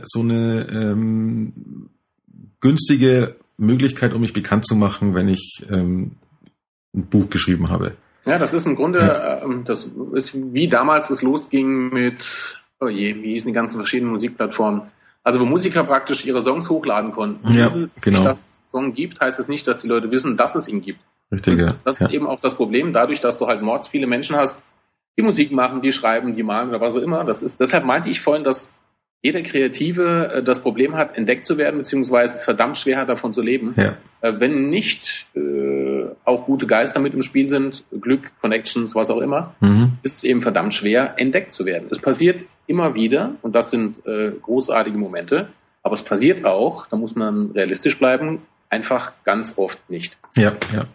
günstige Möglichkeit, um mich bekannt zu machen, wenn ich ein Buch geschrieben habe. Ja, das ist im Grunde, das ist wie damals es losging mit, wie hießen die ganzen verschiedenen Musikplattformen. Also wo Musiker praktisch ihre Songs hochladen konnten. Ja, genau. Wenn es das Song gibt, heißt es nicht, dass die Leute wissen, dass es ihn gibt. Richtig, ja. Das ist eben auch das Problem, dadurch, dass du halt mords viele Menschen hast, die Musik machen, die schreiben, die malen oder was auch immer. Deshalb meinte ich vorhin, dass jeder Kreative das Problem hat, entdeckt zu werden, beziehungsweise es verdammt schwer hat, davon zu leben. Ja. Wenn nicht auch gute Geister mit im Spiel sind, Glück, Connections, was auch immer, ist es eben verdammt schwer, entdeckt zu werden. Es passiert immer wieder, und das sind großartige Momente, aber es passiert auch, da muss man realistisch bleiben, einfach ganz oft nicht. Ja.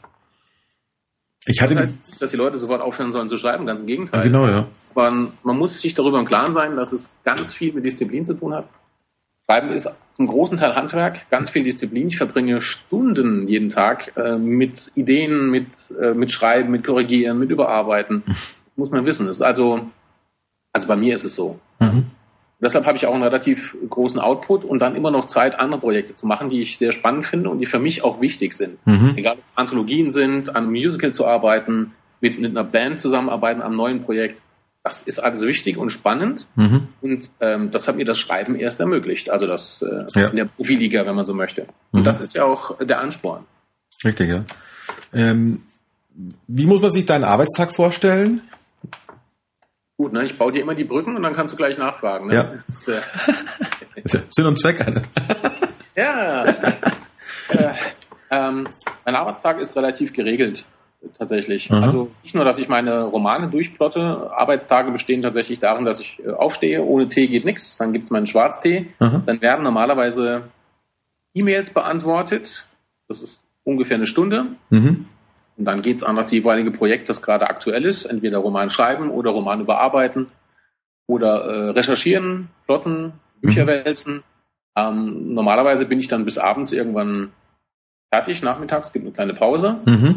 Das heißt nicht, dass die Leute sofort aufhören sollen zu schreiben, ganz im Gegenteil. Ja, genau, ja. Aber man muss sich darüber im Klaren sein, dass es ganz viel mit Disziplin zu tun hat. Schreiben ist zum großen Teil Handwerk, ganz viel Disziplin. Ich verbringe Stunden jeden Tag mit Ideen, mit Schreiben, mit Korrigieren, mit Überarbeiten. Das muss man wissen. Das ist also bei mir ist es so. Deshalb habe ich auch einen relativ großen Output und dann immer noch Zeit, andere Projekte zu machen, die ich sehr spannend finde und die für mich auch wichtig sind. Egal, ob es Anthologien sind, an einem Musical zu arbeiten, mit einer Band zusammenarbeiten, am neuen Projekt. Das ist alles wichtig und spannend. Und das hat mir das Schreiben erst ermöglicht. Also das in der Profiliga, wenn man so möchte. Und das ist ja auch der Ansporn. Richtig, ja. Wie muss man sich deinen Arbeitstag vorstellen? Gut, ne? Ich baue dir immer die Brücken und dann kannst du gleich nachfragen. Ne? Ja. Das ist ja Sinn und Zweck. Ja. Mein Arbeitstag ist relativ geregelt, tatsächlich. Also nicht nur, dass ich meine Romane durchplotte. Arbeitstage bestehen tatsächlich darin, dass ich aufstehe. Ohne Tee geht nichts. Dann gibt es meinen Schwarztee. Dann werden normalerweise E-Mails beantwortet. Das ist ungefähr eine Stunde. Und dann geht's an das jeweilige Projekt, das gerade aktuell ist. Entweder Roman schreiben oder Roman überarbeiten oder recherchieren, plotten, Bücher wälzen. Normalerweise bin ich dann bis abends irgendwann fertig, nachmittags. Es gibt eine kleine Pause.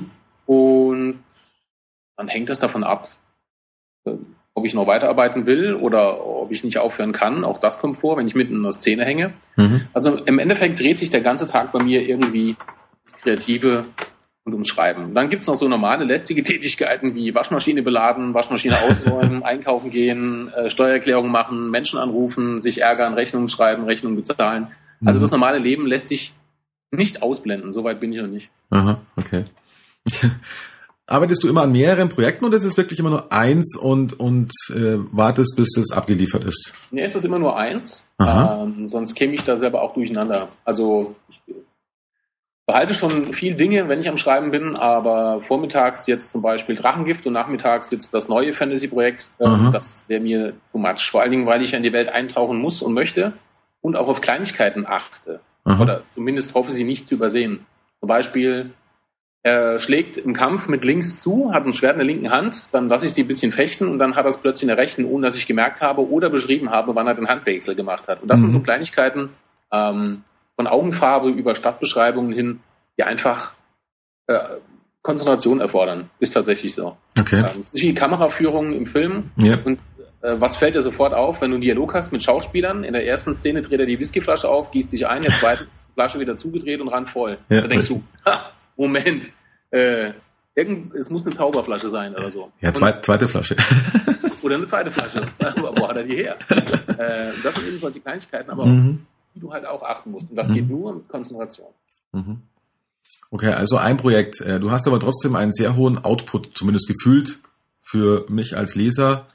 Und dann hängt das davon ab, ob ich noch weiterarbeiten will oder ob ich nicht aufhören kann. Auch das kommt vor, wenn ich mitten in der Szene hänge. Also im Endeffekt dreht sich der ganze Tag bei mir irgendwie Kreative und ums Schreiben. Dann gibt's noch so normale, lästige Tätigkeiten wie Waschmaschine beladen, Waschmaschine ausräumen, einkaufen gehen, Steuererklärung machen, Menschen anrufen, sich ärgern, Rechnungen schreiben, Rechnungen bezahlen. Also das normale Leben lässt sich nicht ausblenden. Soweit bin ich noch nicht. Aha, okay. Arbeitest du immer an mehreren Projekten oder ist es wirklich immer nur eins und wartest, bis es abgeliefert ist? Nee, es ist immer nur eins. Sonst käme ich da selber auch durcheinander. Also ich behalte schon viel Dinge, wenn ich am Schreiben bin, aber vormittags jetzt zum Beispiel Drachengift und nachmittags jetzt das neue Fantasy-Projekt. Das wäre mir too much. Vor allen Dingen, weil ich in die Welt eintauchen muss und möchte und auch auf Kleinigkeiten achte. Oder zumindest hoffe, sie nicht zu übersehen. Zum Beispiel, er schlägt im Kampf mit links zu, hat ein Schwert in der linken Hand, dann lasse ich sie ein bisschen fechten und dann hat er es plötzlich in der rechten, ohne dass ich gemerkt habe oder beschrieben habe, wann er den Handwechsel gemacht hat. Und das sind so Kleinigkeiten, von Augenfarbe über Stadtbeschreibungen hin, die einfach Konzentration erfordern. Ist tatsächlich so. Okay. Es ist wie Kameraführung im Film. Und was fällt dir sofort auf, wenn du einen Dialog hast mit Schauspielern? In der ersten Szene dreht er die Whiskyflasche auf, gießt sich ein, in der zweiten Flasche wieder zugedreht und ran voll. Da denkst du, Moment, es muss eine Zauberflasche sein oder so. Ja, zweite Flasche. Oder eine zweite Flasche. Wo hat er die her? Das sind eben solche Kleinigkeiten, aber auf die du halt auch achten musst. Und das geht nur mit Konzentration. Okay, also ein Projekt. Du hast aber trotzdem einen sehr hohen Output, zumindest gefühlt, für mich als Leser.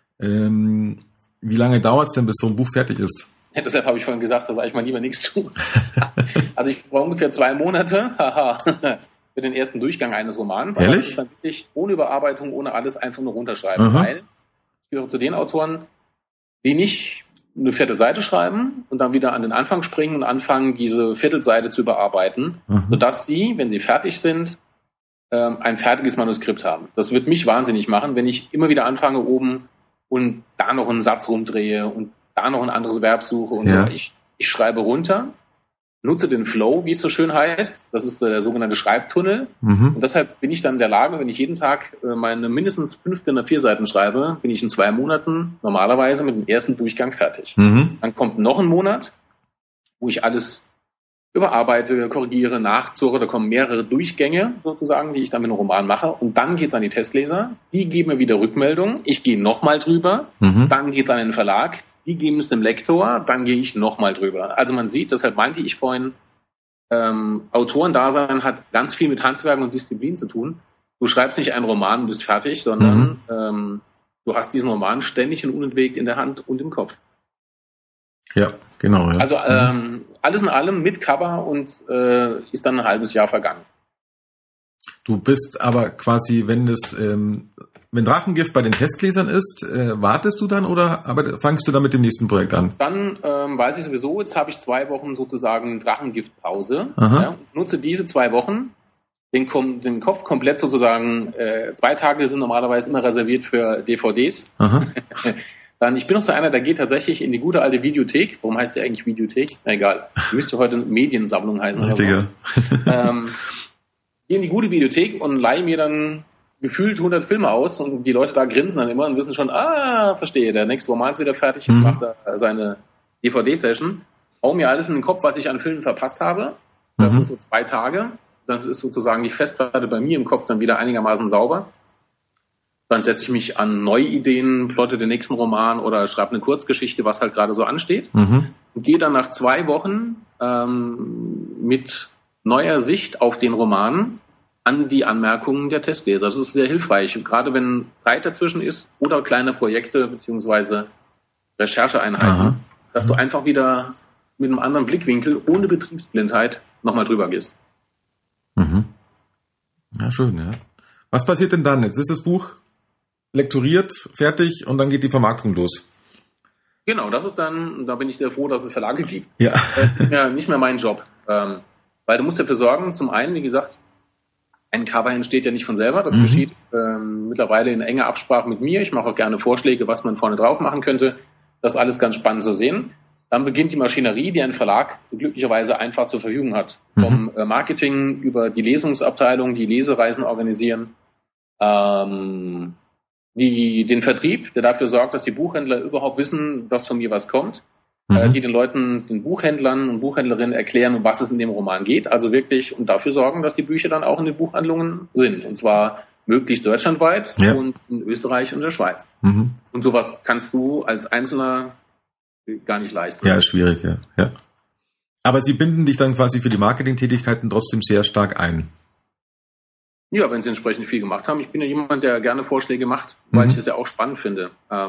Wie lange dauert es denn, bis so ein Buch fertig ist? Ja, deshalb habe ich vorhin gesagt, da sage ich mal lieber nichts zu. Also ich brauche ungefähr 2 Monate für den ersten Durchgang eines Romans. Ehrlich? Aber das ist dann wirklich ohne Überarbeitung, ohne alles einfach nur runterschreiben. Weil ich gehöre zu den Autoren, die nicht eine Viertelseite schreiben und dann wieder an den Anfang springen und anfangen, diese Viertelseite zu überarbeiten, sodass sie, wenn sie fertig sind, ein fertiges Manuskript haben. Das wird mich wahnsinnig machen, wenn ich immer wieder anfange oben und da noch einen Satz rumdrehe und da noch ein anderes Verb suche und so. Ich schreibe runter, nutze den Flow, wie es so schön heißt. Das ist der sogenannte Schreibtunnel. Und deshalb bin ich dann in der Lage, wenn ich jeden Tag meine mindestens 15 A4-Seiten schreibe, bin ich in 2 Monaten normalerweise mit dem ersten Durchgang fertig. Dann kommt noch ein Monat, wo ich alles überarbeite, korrigiere, nachzurre. Da kommen mehrere Durchgänge sozusagen, die ich dann mit einem Roman mache. Und dann geht's an die Testleser. Die geben mir wieder Rückmeldungen. Ich gehe nochmal drüber. Dann geht's an den Verlag. Die geben es dem Lektor. Dann gehe ich nochmal drüber. Also man sieht, deshalb meinte ich vorhin, Autorendasein hat ganz viel mit Handwerk und Disziplin zu tun. Du schreibst nicht einen Roman und bist fertig, sondern du hast diesen Roman ständig und unentwegt in der Hand und im Kopf. Ja, genau. Ja. Also alles in allem mit Cover und ist dann ein halbes Jahr vergangen. Du bist aber quasi, wenn Drachengift bei den Testlesern ist, wartest du dann oder fangst du dann mit dem nächsten Projekt an? Dann weiß ich sowieso, jetzt habe ich 2 Wochen sozusagen Drachengiftpause. Ja, nutze diese 2 Wochen, den Kopf komplett sozusagen, 2 Tage sind normalerweise immer reserviert für DVDs. Dann, ich bin noch so einer, der geht tatsächlich in die gute alte Videothek. Warum heißt die eigentlich Videothek? Na egal. Müsste heute Mediensammlung heißen. Richtiger. Gehe in die gute Videothek und leihe mir dann gefühlt 100 Filme aus und die Leute da grinsen dann immer und wissen schon, verstehe, der nächste Roman ist wieder fertig, jetzt macht er seine DVD-Session. Hau mir alles in den Kopf, was ich an Filmen verpasst habe. Das ist so 2 Tage. Dann ist sozusagen die Festplatte bei mir im Kopf dann wieder einigermaßen sauber. Dann setze ich mich an neue Ideen, plotte den nächsten Roman oder schreibe eine Kurzgeschichte, was halt gerade so ansteht. Und gehe dann nach 2 Wochen mit neuer Sicht auf den Roman an die Anmerkungen der Testleser. Das ist sehr hilfreich, gerade wenn Zeit dazwischen ist oder kleine Projekte beziehungsweise Rechercheeinheiten, dass du einfach wieder mit einem anderen Blickwinkel, ohne Betriebsblindheit, nochmal drüber gehst. Ja, schön, ja. Was passiert denn dann? Jetzt ist das Buch lektoriert, fertig und dann geht die Vermarktung los. Genau, das ist dann, da bin ich sehr froh, dass es Verlage gibt. Ja. Nicht mehr mein Job. Weil du musst dafür sorgen, zum einen, wie gesagt, ein Cover entsteht ja nicht von selber, das geschieht mittlerweile in enger Absprache mit mir. Ich mache auch gerne Vorschläge, was man vorne drauf machen könnte. Das ist alles ganz spannend zu sehen. Dann beginnt die Maschinerie, die ein Verlag glücklicherweise einfach zur Verfügung hat. Vom Marketing über die Lesungsabteilung, die Lesereisen organisieren, den Vertrieb, der dafür sorgt, dass die Buchhändler überhaupt wissen, dass von mir was kommt, die den Leuten, den Buchhändlern und Buchhändlerinnen erklären, um was es in dem Roman geht. Also wirklich und dafür sorgen, dass die Bücher dann auch in den Buchhandlungen sind. Und zwar möglichst deutschlandweit und in Österreich und der Schweiz. Und sowas kannst du als Einzelner gar nicht leisten. Ja, schwierig, ja. Aber sie binden dich dann quasi für die Marketingtätigkeiten trotzdem sehr stark ein. Ja, wenn sie entsprechend viel gemacht haben. Ich bin ja jemand, der gerne Vorschläge macht, weil ich das ja auch spannend finde.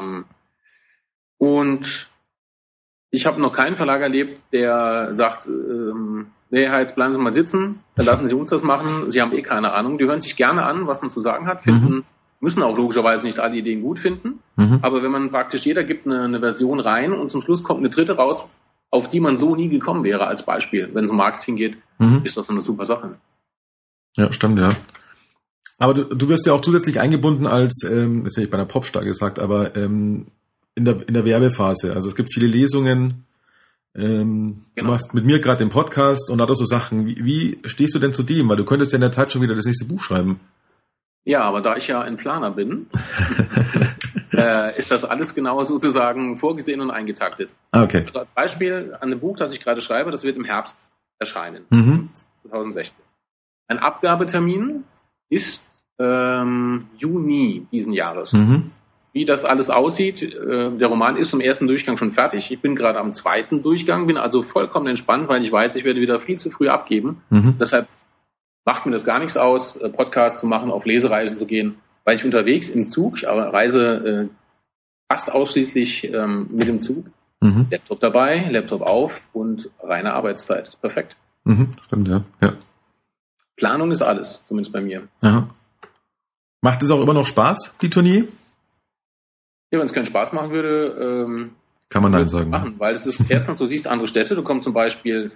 Und ich habe noch keinen Verlag erlebt, der sagt, nee, jetzt bleiben Sie mal sitzen, dann lassen Sie uns das machen. Sie haben eh keine Ahnung. Die hören sich gerne an, was man zu sagen hat, müssen auch logischerweise nicht alle Ideen gut finden. Aber wenn man praktisch, jeder gibt eine Version rein und zum Schluss kommt eine dritte raus, auf die man so nie gekommen wäre als Beispiel, wenn es um Marketing geht, ist das eine super Sache. Ja, stimmt, ja. Aber du wirst ja auch zusätzlich eingebunden als, jetzt hätte ich bei einer Popstar gesagt, aber in der Werbephase. Also es gibt viele Lesungen. Du machst mit mir gerade den Podcast und da so Sachen. Wie stehst du denn zu dem? Weil du könntest ja in der Zeit schon wieder das nächste Buch schreiben. Ja, aber da ich ja ein Planer bin, ist das alles genau sozusagen vorgesehen und eingetaktet. Okay. Also als Beispiel an dem Buch, das ich gerade schreibe, das wird im Herbst erscheinen, 2016. Ein Abgabetermin ist Juni diesen Jahres. Wie das alles aussieht, der Roman ist im ersten Durchgang schon fertig. Ich bin gerade am 2. Durchgang, bin also vollkommen entspannt, weil ich weiß, ich werde wieder viel zu früh abgeben. Deshalb macht mir das gar nichts aus, Podcasts zu machen, auf Lesereisen zu gehen, weil ich unterwegs im Zug, ich reise fast ausschließlich mit dem Zug, Laptop dabei, Laptop auf und reine Arbeitszeit. Ist perfekt. Stimmt, ja. Planung ist alles, zumindest bei mir. Aha. Macht es auch immer noch Spaß, die Tournee? Ja, wenn es keinen Spaß machen würde, kann man Nein sagen. Machen, weil es ist erstens, du siehst andere Städte, du kommst zum Beispiel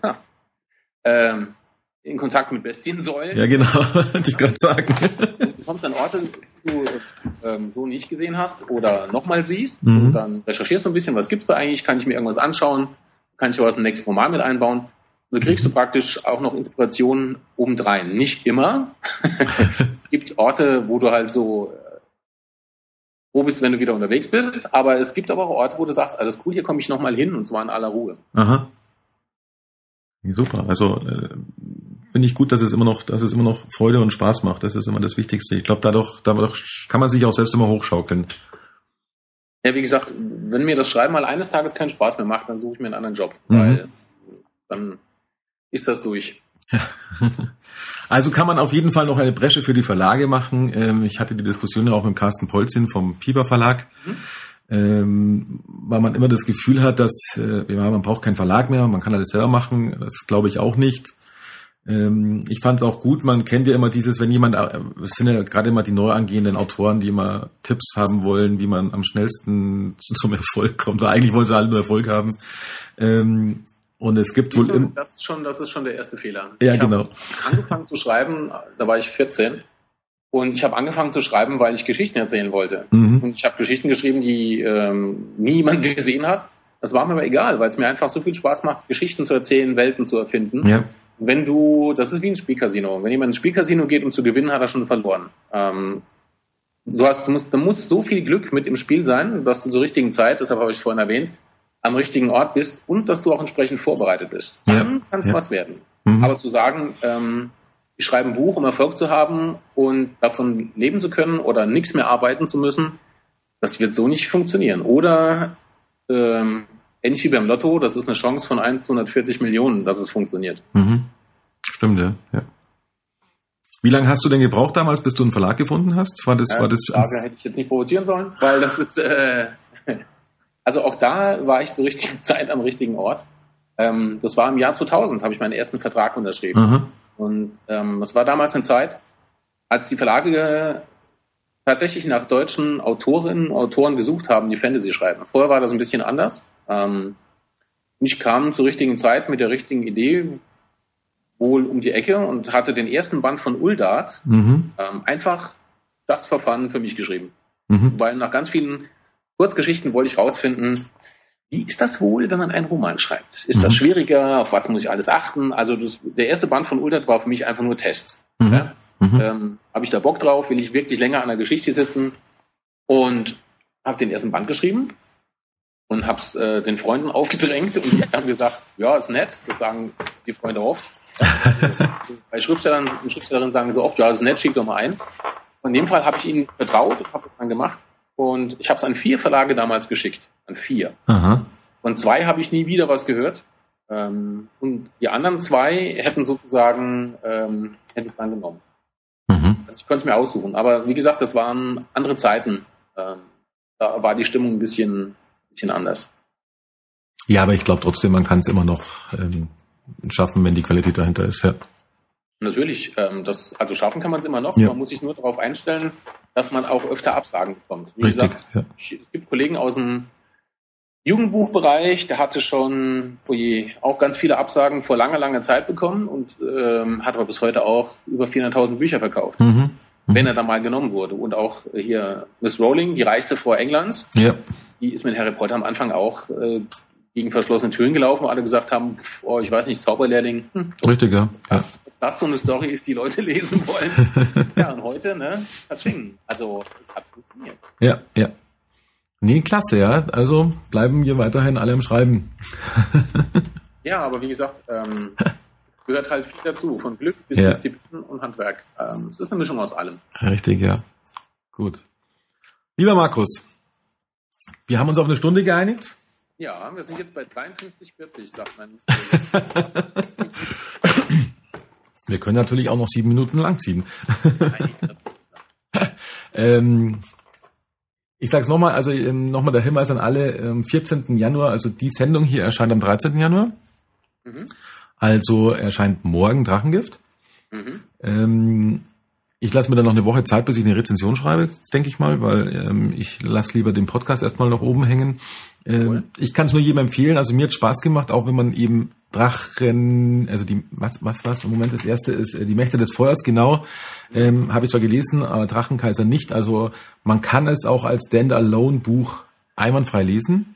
in Kontakt mit Bestiensäulen. Ja, genau, wollte ich gerade sagen. Du kommst an Orte, die du so nicht gesehen hast oder nochmal siehst und dann recherchierst du ein bisschen, was gibt's da eigentlich, kann ich mir irgendwas anschauen, kann ich was im nächsten Roman mit einbauen. Und du kriegst du praktisch auch noch Inspirationen obendrein. Nicht immer. Es gibt Orte, wo du halt so froh bist, wenn du wieder unterwegs bist, aber es gibt aber auch Orte, wo du sagst, alles cool, hier komme ich nochmal hin und zwar in aller Ruhe. Aha. Ja, super. Also finde ich gut, dass es immer noch Freude und Spaß macht. Das ist immer das Wichtigste. Ich glaube, dadurch kann man sich auch selbst immer hochschaukeln. Ja, wie gesagt, wenn mir das Schreiben mal eines Tages keinen Spaß mehr macht, dann suche ich mir einen anderen Job, weil dann ist das durch. Also kann man auf jeden Fall noch eine Bresche für die Verlage machen. Ich hatte die Diskussion ja auch mit Carsten Polzin vom Piper Verlag, weil man immer das Gefühl hat, dass man braucht keinen Verlag mehr, man kann alles selber machen. Das glaube ich auch nicht. Ich fand es auch gut, man kennt ja immer dieses, wenn jemand, es sind ja gerade immer die neu angehenden Autoren, die immer Tipps haben wollen, wie man am schnellsten zum Erfolg kommt, weil eigentlich wollen sie alle nur Erfolg haben. Und es gibt wohl... Das ist schon der erste Fehler. Ja, genau. Ich habe angefangen zu schreiben, da war ich 14, und ich habe angefangen zu schreiben, weil ich Geschichten erzählen wollte. Und ich habe Geschichten geschrieben, die nie jemand gesehen hat. Das war mir aber egal, weil es mir einfach so viel Spaß macht, Geschichten zu erzählen, Welten zu erfinden. Ja. Das ist wie ein Spielcasino. Wenn jemand ins Spielcasino geht, um zu gewinnen, hat er schon verloren. Da muss so viel Glück mit im Spiel sein, dass du zur richtigen Zeit, deshalb habe ich vorhin erwähnt, am richtigen Ort bist und dass du auch entsprechend vorbereitet bist. Dann kann es was werden. Aber zu sagen, ich schreibe ein Buch, um Erfolg zu haben und davon leben zu können oder nichts mehr arbeiten zu müssen, das wird so nicht funktionieren. Oder ähnlich wie beim Lotto, das ist eine Chance von 1 zu 140 Millionen, dass es funktioniert. Stimmt, ja. Wie lange hast du denn gebraucht damals, bis du einen Verlag gefunden hast? Die Frage hätte ich jetzt nicht provozieren sollen, weil das ist, also auch da war ich zur richtigen Zeit am richtigen Ort. Das war im Jahr 2000, habe ich meinen ersten Vertrag unterschrieben. Und das war damals eine Zeit, als die Verlage tatsächlich nach deutschen Autorinnen und Autoren gesucht haben, die Fantasy schreiben. Vorher war das ein bisschen anders. Ich kam zur richtigen Zeit mit der richtigen Idee wohl um die Ecke und hatte den ersten Band von Uldart einfach just for fun für mich geschrieben. Weil nach ganz vielen Kurzgeschichten wollte ich rausfinden, wie ist das wohl, wenn man einen Roman schreibt? Ist das schwieriger? Auf was muss ich alles achten? Also der erste Band von Uldart war für mich einfach nur Test. Ja? Habe ich da Bock drauf? Will ich wirklich länger an der Geschichte sitzen? Und habe den ersten Band geschrieben und habe es den Freunden aufgedrängt und die haben gesagt, ja, ist nett, das sagen die Freunde oft. Bei Schriftstellern und Schriftstellerinnen sagen so oft, ja, ist nett, schick doch mal ein. Und in dem Fall habe ich ihnen vertraut und habe das dann gemacht. Und ich habe es an 4 Verlage damals geschickt. An 4. Und 2 habe ich nie wieder was gehört. Und die anderen 2 hätten sozusagen hätten es dann genommen. Also ich konnte es mir aussuchen. Aber wie gesagt, das waren andere Zeiten. Da war die Stimmung ein bisschen anders. Ja, aber ich glaube trotzdem, man kann es immer noch schaffen, wenn die Qualität dahinter ist. Ja. Natürlich, also schaffen kann man es immer noch. Ja. Man muss sich nur darauf einstellen, dass man auch öfter Absagen bekommt. Wie gesagt, es gibt Kollegen aus dem Jugendbuchbereich, der hatte schon auch ganz viele Absagen vor langer Zeit bekommen und hat aber bis heute auch über 400.000 Bücher verkauft, wenn er dann mal genommen wurde. Und auch hier Miss Rowling, die reichste Frau Englands, die ist mit Harry Potter am Anfang auch gegen verschlossene Türen gelaufen, wo alle gesagt haben, ich weiß nicht, Zauberlehrling. Richtig, ja. Das so eine Story ist, die Leute lesen wollen. Ja, und heute, Katsching. Also, es hat funktioniert. Ja. Nee, klasse, ja. Also bleiben wir weiterhin alle am Schreiben. Ja, aber wie gesagt, gehört halt viel dazu. Von Glück bis Disziplin und Handwerk. Es ist eine Mischung aus allem. Richtig, ja. Gut. Lieber Markus, wir haben uns auf eine Stunde geeinigt. Ja, wir sind jetzt bei 53,40, sagt man. Wir können natürlich auch noch 7 Minuten lang ziehen. Ich sag's nochmal, also nochmal der Hinweis an alle, 14. Januar, also die Sendung hier erscheint am 13. Januar. Also erscheint morgen Drachengift. Ich lasse mir dann noch eine Woche Zeit, bis ich eine Rezension schreibe, denke ich mal, weil ich lasse lieber den Podcast erstmal noch oben hängen. Ich kann es nur jedem empfehlen, also mir hat Spaß gemacht, auch wenn man eben Drachen, also die, was im Moment das erste ist, die Mächte des Feuers, genau, habe ich zwar gelesen, aber Drachenkaiser nicht, also man kann es auch als Stand-Alone-Buch einwandfrei lesen.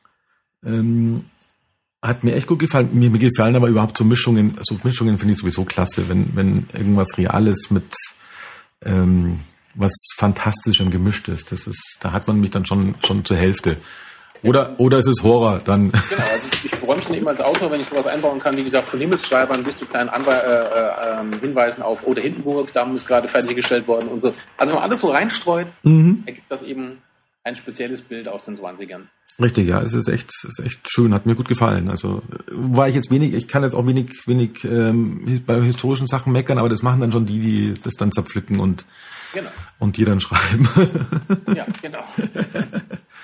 Hat mir echt gut gefallen, mir gefallen aber überhaupt so Mischungen finde ich sowieso klasse, wenn irgendwas Reales mit was Fantastischem gemischt ist, da hat man mich dann schon zur Hälfte. Oder es ist Horror, dann. Genau, also ich freue mich dann eben als Autor, wenn ich sowas einbauen kann, wie gesagt, von Himmelsschreibern bis zu kleinen Hinweisen auf der Hindenburg, Damm ist gerade fertiggestellt worden und so. Also wenn man alles so reinstreut, ergibt das eben ein spezielles Bild aus den 20ern. Richtig, ja, es ist echt schön, hat mir gut gefallen. Also ich kann jetzt auch wenig bei historischen Sachen meckern, aber das machen dann schon die das dann zerpflücken und die dann schreiben. Ja, genau.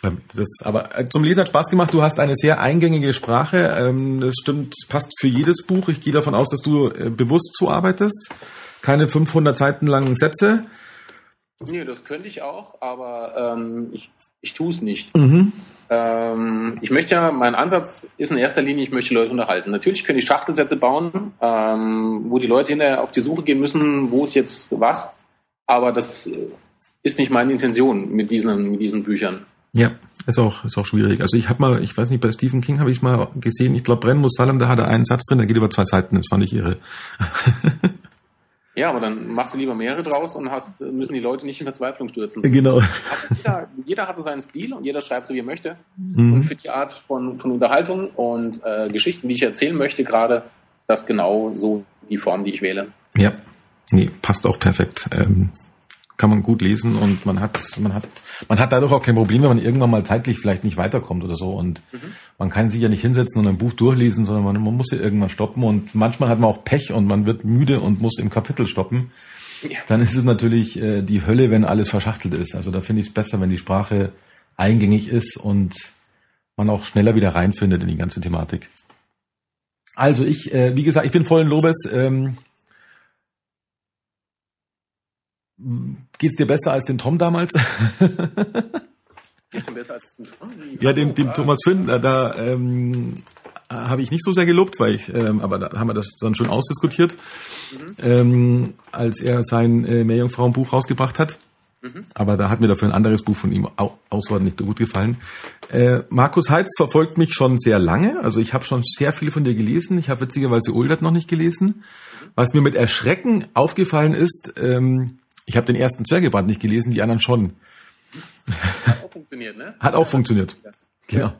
Aber zum Lesen hat Spaß gemacht. Du hast eine sehr eingängige Sprache. Das stimmt, passt für jedes Buch. Ich gehe davon aus, dass du bewusst zuarbeitest. Keine 500 Seiten langen Sätze. Nee, das könnte ich auch, aber ich tue es nicht. Mhm. Ich möchte ja, mein Ansatz ist in erster Linie, ich möchte Leute unterhalten. Natürlich können ich Schachtelsätze bauen, wo die Leute hinterher auf die Suche gehen müssen, wo ist jetzt was. Aber das ist nicht meine Intention mit diesen Büchern. Ja, ist auch schwierig. Also ich weiß nicht, bei Stephen King habe ich es mal gesehen, ich glaube Brennen muss Salem, da hat er einen Satz drin, der geht über 2 Seiten, das fand ich irre. Ja, aber dann machst du lieber mehrere draus und müssen die Leute nicht in Verzweiflung stürzen. Genau. Jeder hat so seinen Stil und jeder schreibt so, wie er möchte. Mhm. Und für die Art von Unterhaltung und Geschichten, die ich erzählen möchte, gerade das genau so die Form, die ich wähle. Ja, nee, passt auch perfekt. Kann man gut lesen und man hat dadurch auch kein Problem, wenn man irgendwann mal zeitlich vielleicht nicht weiterkommt oder so und man kann sich ja nicht hinsetzen und ein Buch durchlesen, sondern man muss ja irgendwann stoppen und manchmal hat man auch Pech und man wird müde und muss im Kapitel stoppen. Ja. Dann ist es natürlich die Hölle, wenn alles verschachtelt ist. Also da finde ich es besser, wenn die Sprache eingängig ist und man auch schneller wieder reinfindet in die ganze Thematik. Also wie gesagt, ich bin vollen Lobes. Geht's dir besser als den Tom damals? Geht's mir besser als den Tom? Ja, dem Thomas Finn, da habe ich nicht so sehr gelobt, aber da haben wir das dann schon ausdiskutiert, als er sein Meerjungfrauen-Buch rausgebracht hat. Aber da hat mir dafür ein anderes Buch von ihm außerordentlich gut gefallen. Markus Heitz verfolgt mich schon sehr lange. Also ich habe schon sehr viel von dir gelesen. Ich habe witzigerweise Uldert noch nicht gelesen. Was mir mit Erschrecken aufgefallen ist, ich habe den ersten Zwergebrand nicht gelesen, die anderen schon. Hat auch funktioniert, ne? Hat auch funktioniert, genau.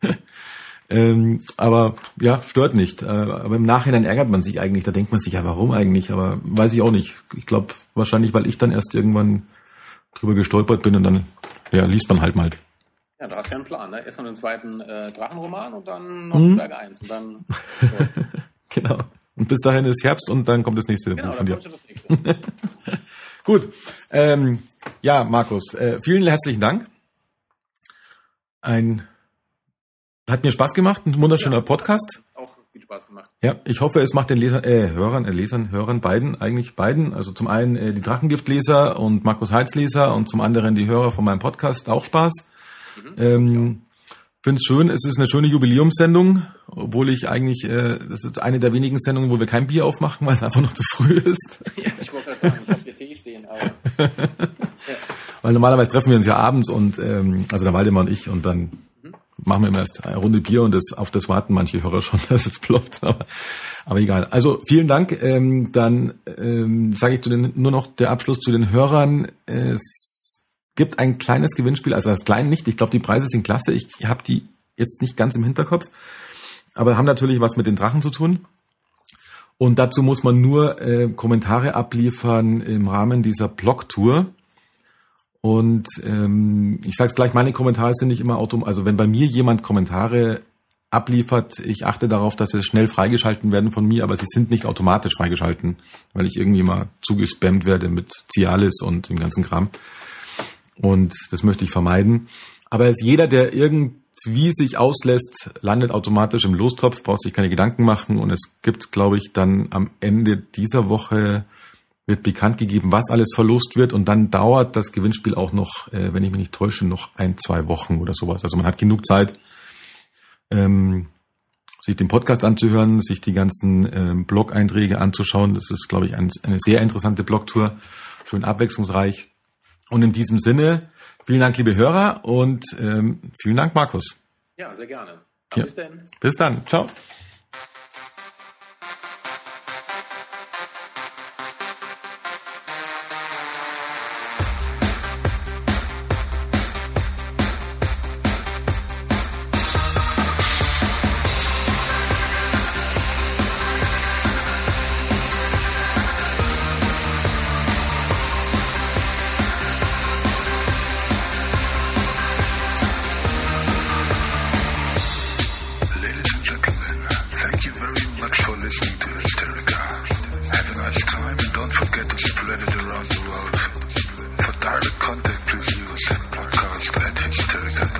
Aber ja, stört nicht. Aber im Nachhinein ärgert man sich eigentlich. Da denkt man sich, ja, warum eigentlich? Aber weiß ich auch nicht. Ich glaube wahrscheinlich, weil ich dann erst irgendwann drüber gestolpert bin und dann liest man halt mal. Ja, du hast ja einen Plan, ne? Erst noch den zweiten Drachenroman und dann noch Zwerge 1 und dann... So. Genau. Und bis dahin ist Herbst und dann kommt das nächste Buch von dir. Dann kommt das nächste. Gut. Markus, vielen herzlichen Dank. Hat mir Spaß gemacht, ein wunderschöner Podcast. Auch viel Spaß gemacht. Ja, ich hoffe, es macht den Hörern beiden, also zum einen die Drachengiftleser und Markus Heitz Leser und zum anderen die Hörer von meinem Podcast auch Spaß. Finde es schön, es ist eine schöne Jubiläumssendung, obwohl ich eigentlich, das ist eine der wenigen Sendungen, wo wir kein Bier aufmachen, weil es einfach noch zu früh ist. Ja, ich wollte gerade sagen, ich habe hier Tee stehen, aber... Ja. Weil normalerweise treffen wir uns ja abends und, also der Waldemar und ich und dann machen wir immer erst eine Runde Bier und auf das warten manche Hörer schon, dass es ploppt, aber egal. Also vielen Dank, dann sage ich nur noch der Abschluss zu den Hörern, es gibt ein kleines Gewinnspiel, also das kleine nicht, ich glaube die Preise sind klasse, ich habe die jetzt nicht ganz im Hinterkopf, aber haben natürlich was mit den Drachen zu tun und dazu muss man nur Kommentare abliefern im Rahmen dieser Blogtour. Und ich sage es gleich, meine Kommentare sind nicht immer also wenn bei mir jemand Kommentare abliefert, ich achte darauf, dass sie schnell freigeschalten werden von mir, aber sie sind nicht automatisch freigeschalten, weil ich irgendwie mal zugespammt werde mit Cialis und dem ganzen Kram. Und das möchte ich vermeiden. Aber jeder, der irgendwie sich auslässt, landet automatisch im Lostopf, braucht sich keine Gedanken machen. Und es gibt, glaube ich, dann am Ende dieser Woche wird bekannt gegeben, was alles verlost wird. Und dann dauert das Gewinnspiel auch noch, wenn ich mich nicht täusche, noch 1-2 Wochen oder sowas. Also man hat genug Zeit, sich den Podcast anzuhören, sich die ganzen Blog-Einträge anzuschauen. Das ist, glaube ich, eine sehr interessante Blogtour, schön abwechslungsreich. Und in diesem Sinne, vielen Dank, liebe Hörer, und vielen Dank, Markus. Ja, sehr gerne. Ja. Bis dann. Bis dann. Ciao. Listening to Hysterica. Have a nice time and don't forget to spread it around the world. For direct contact, please use podcast@hysterica.com.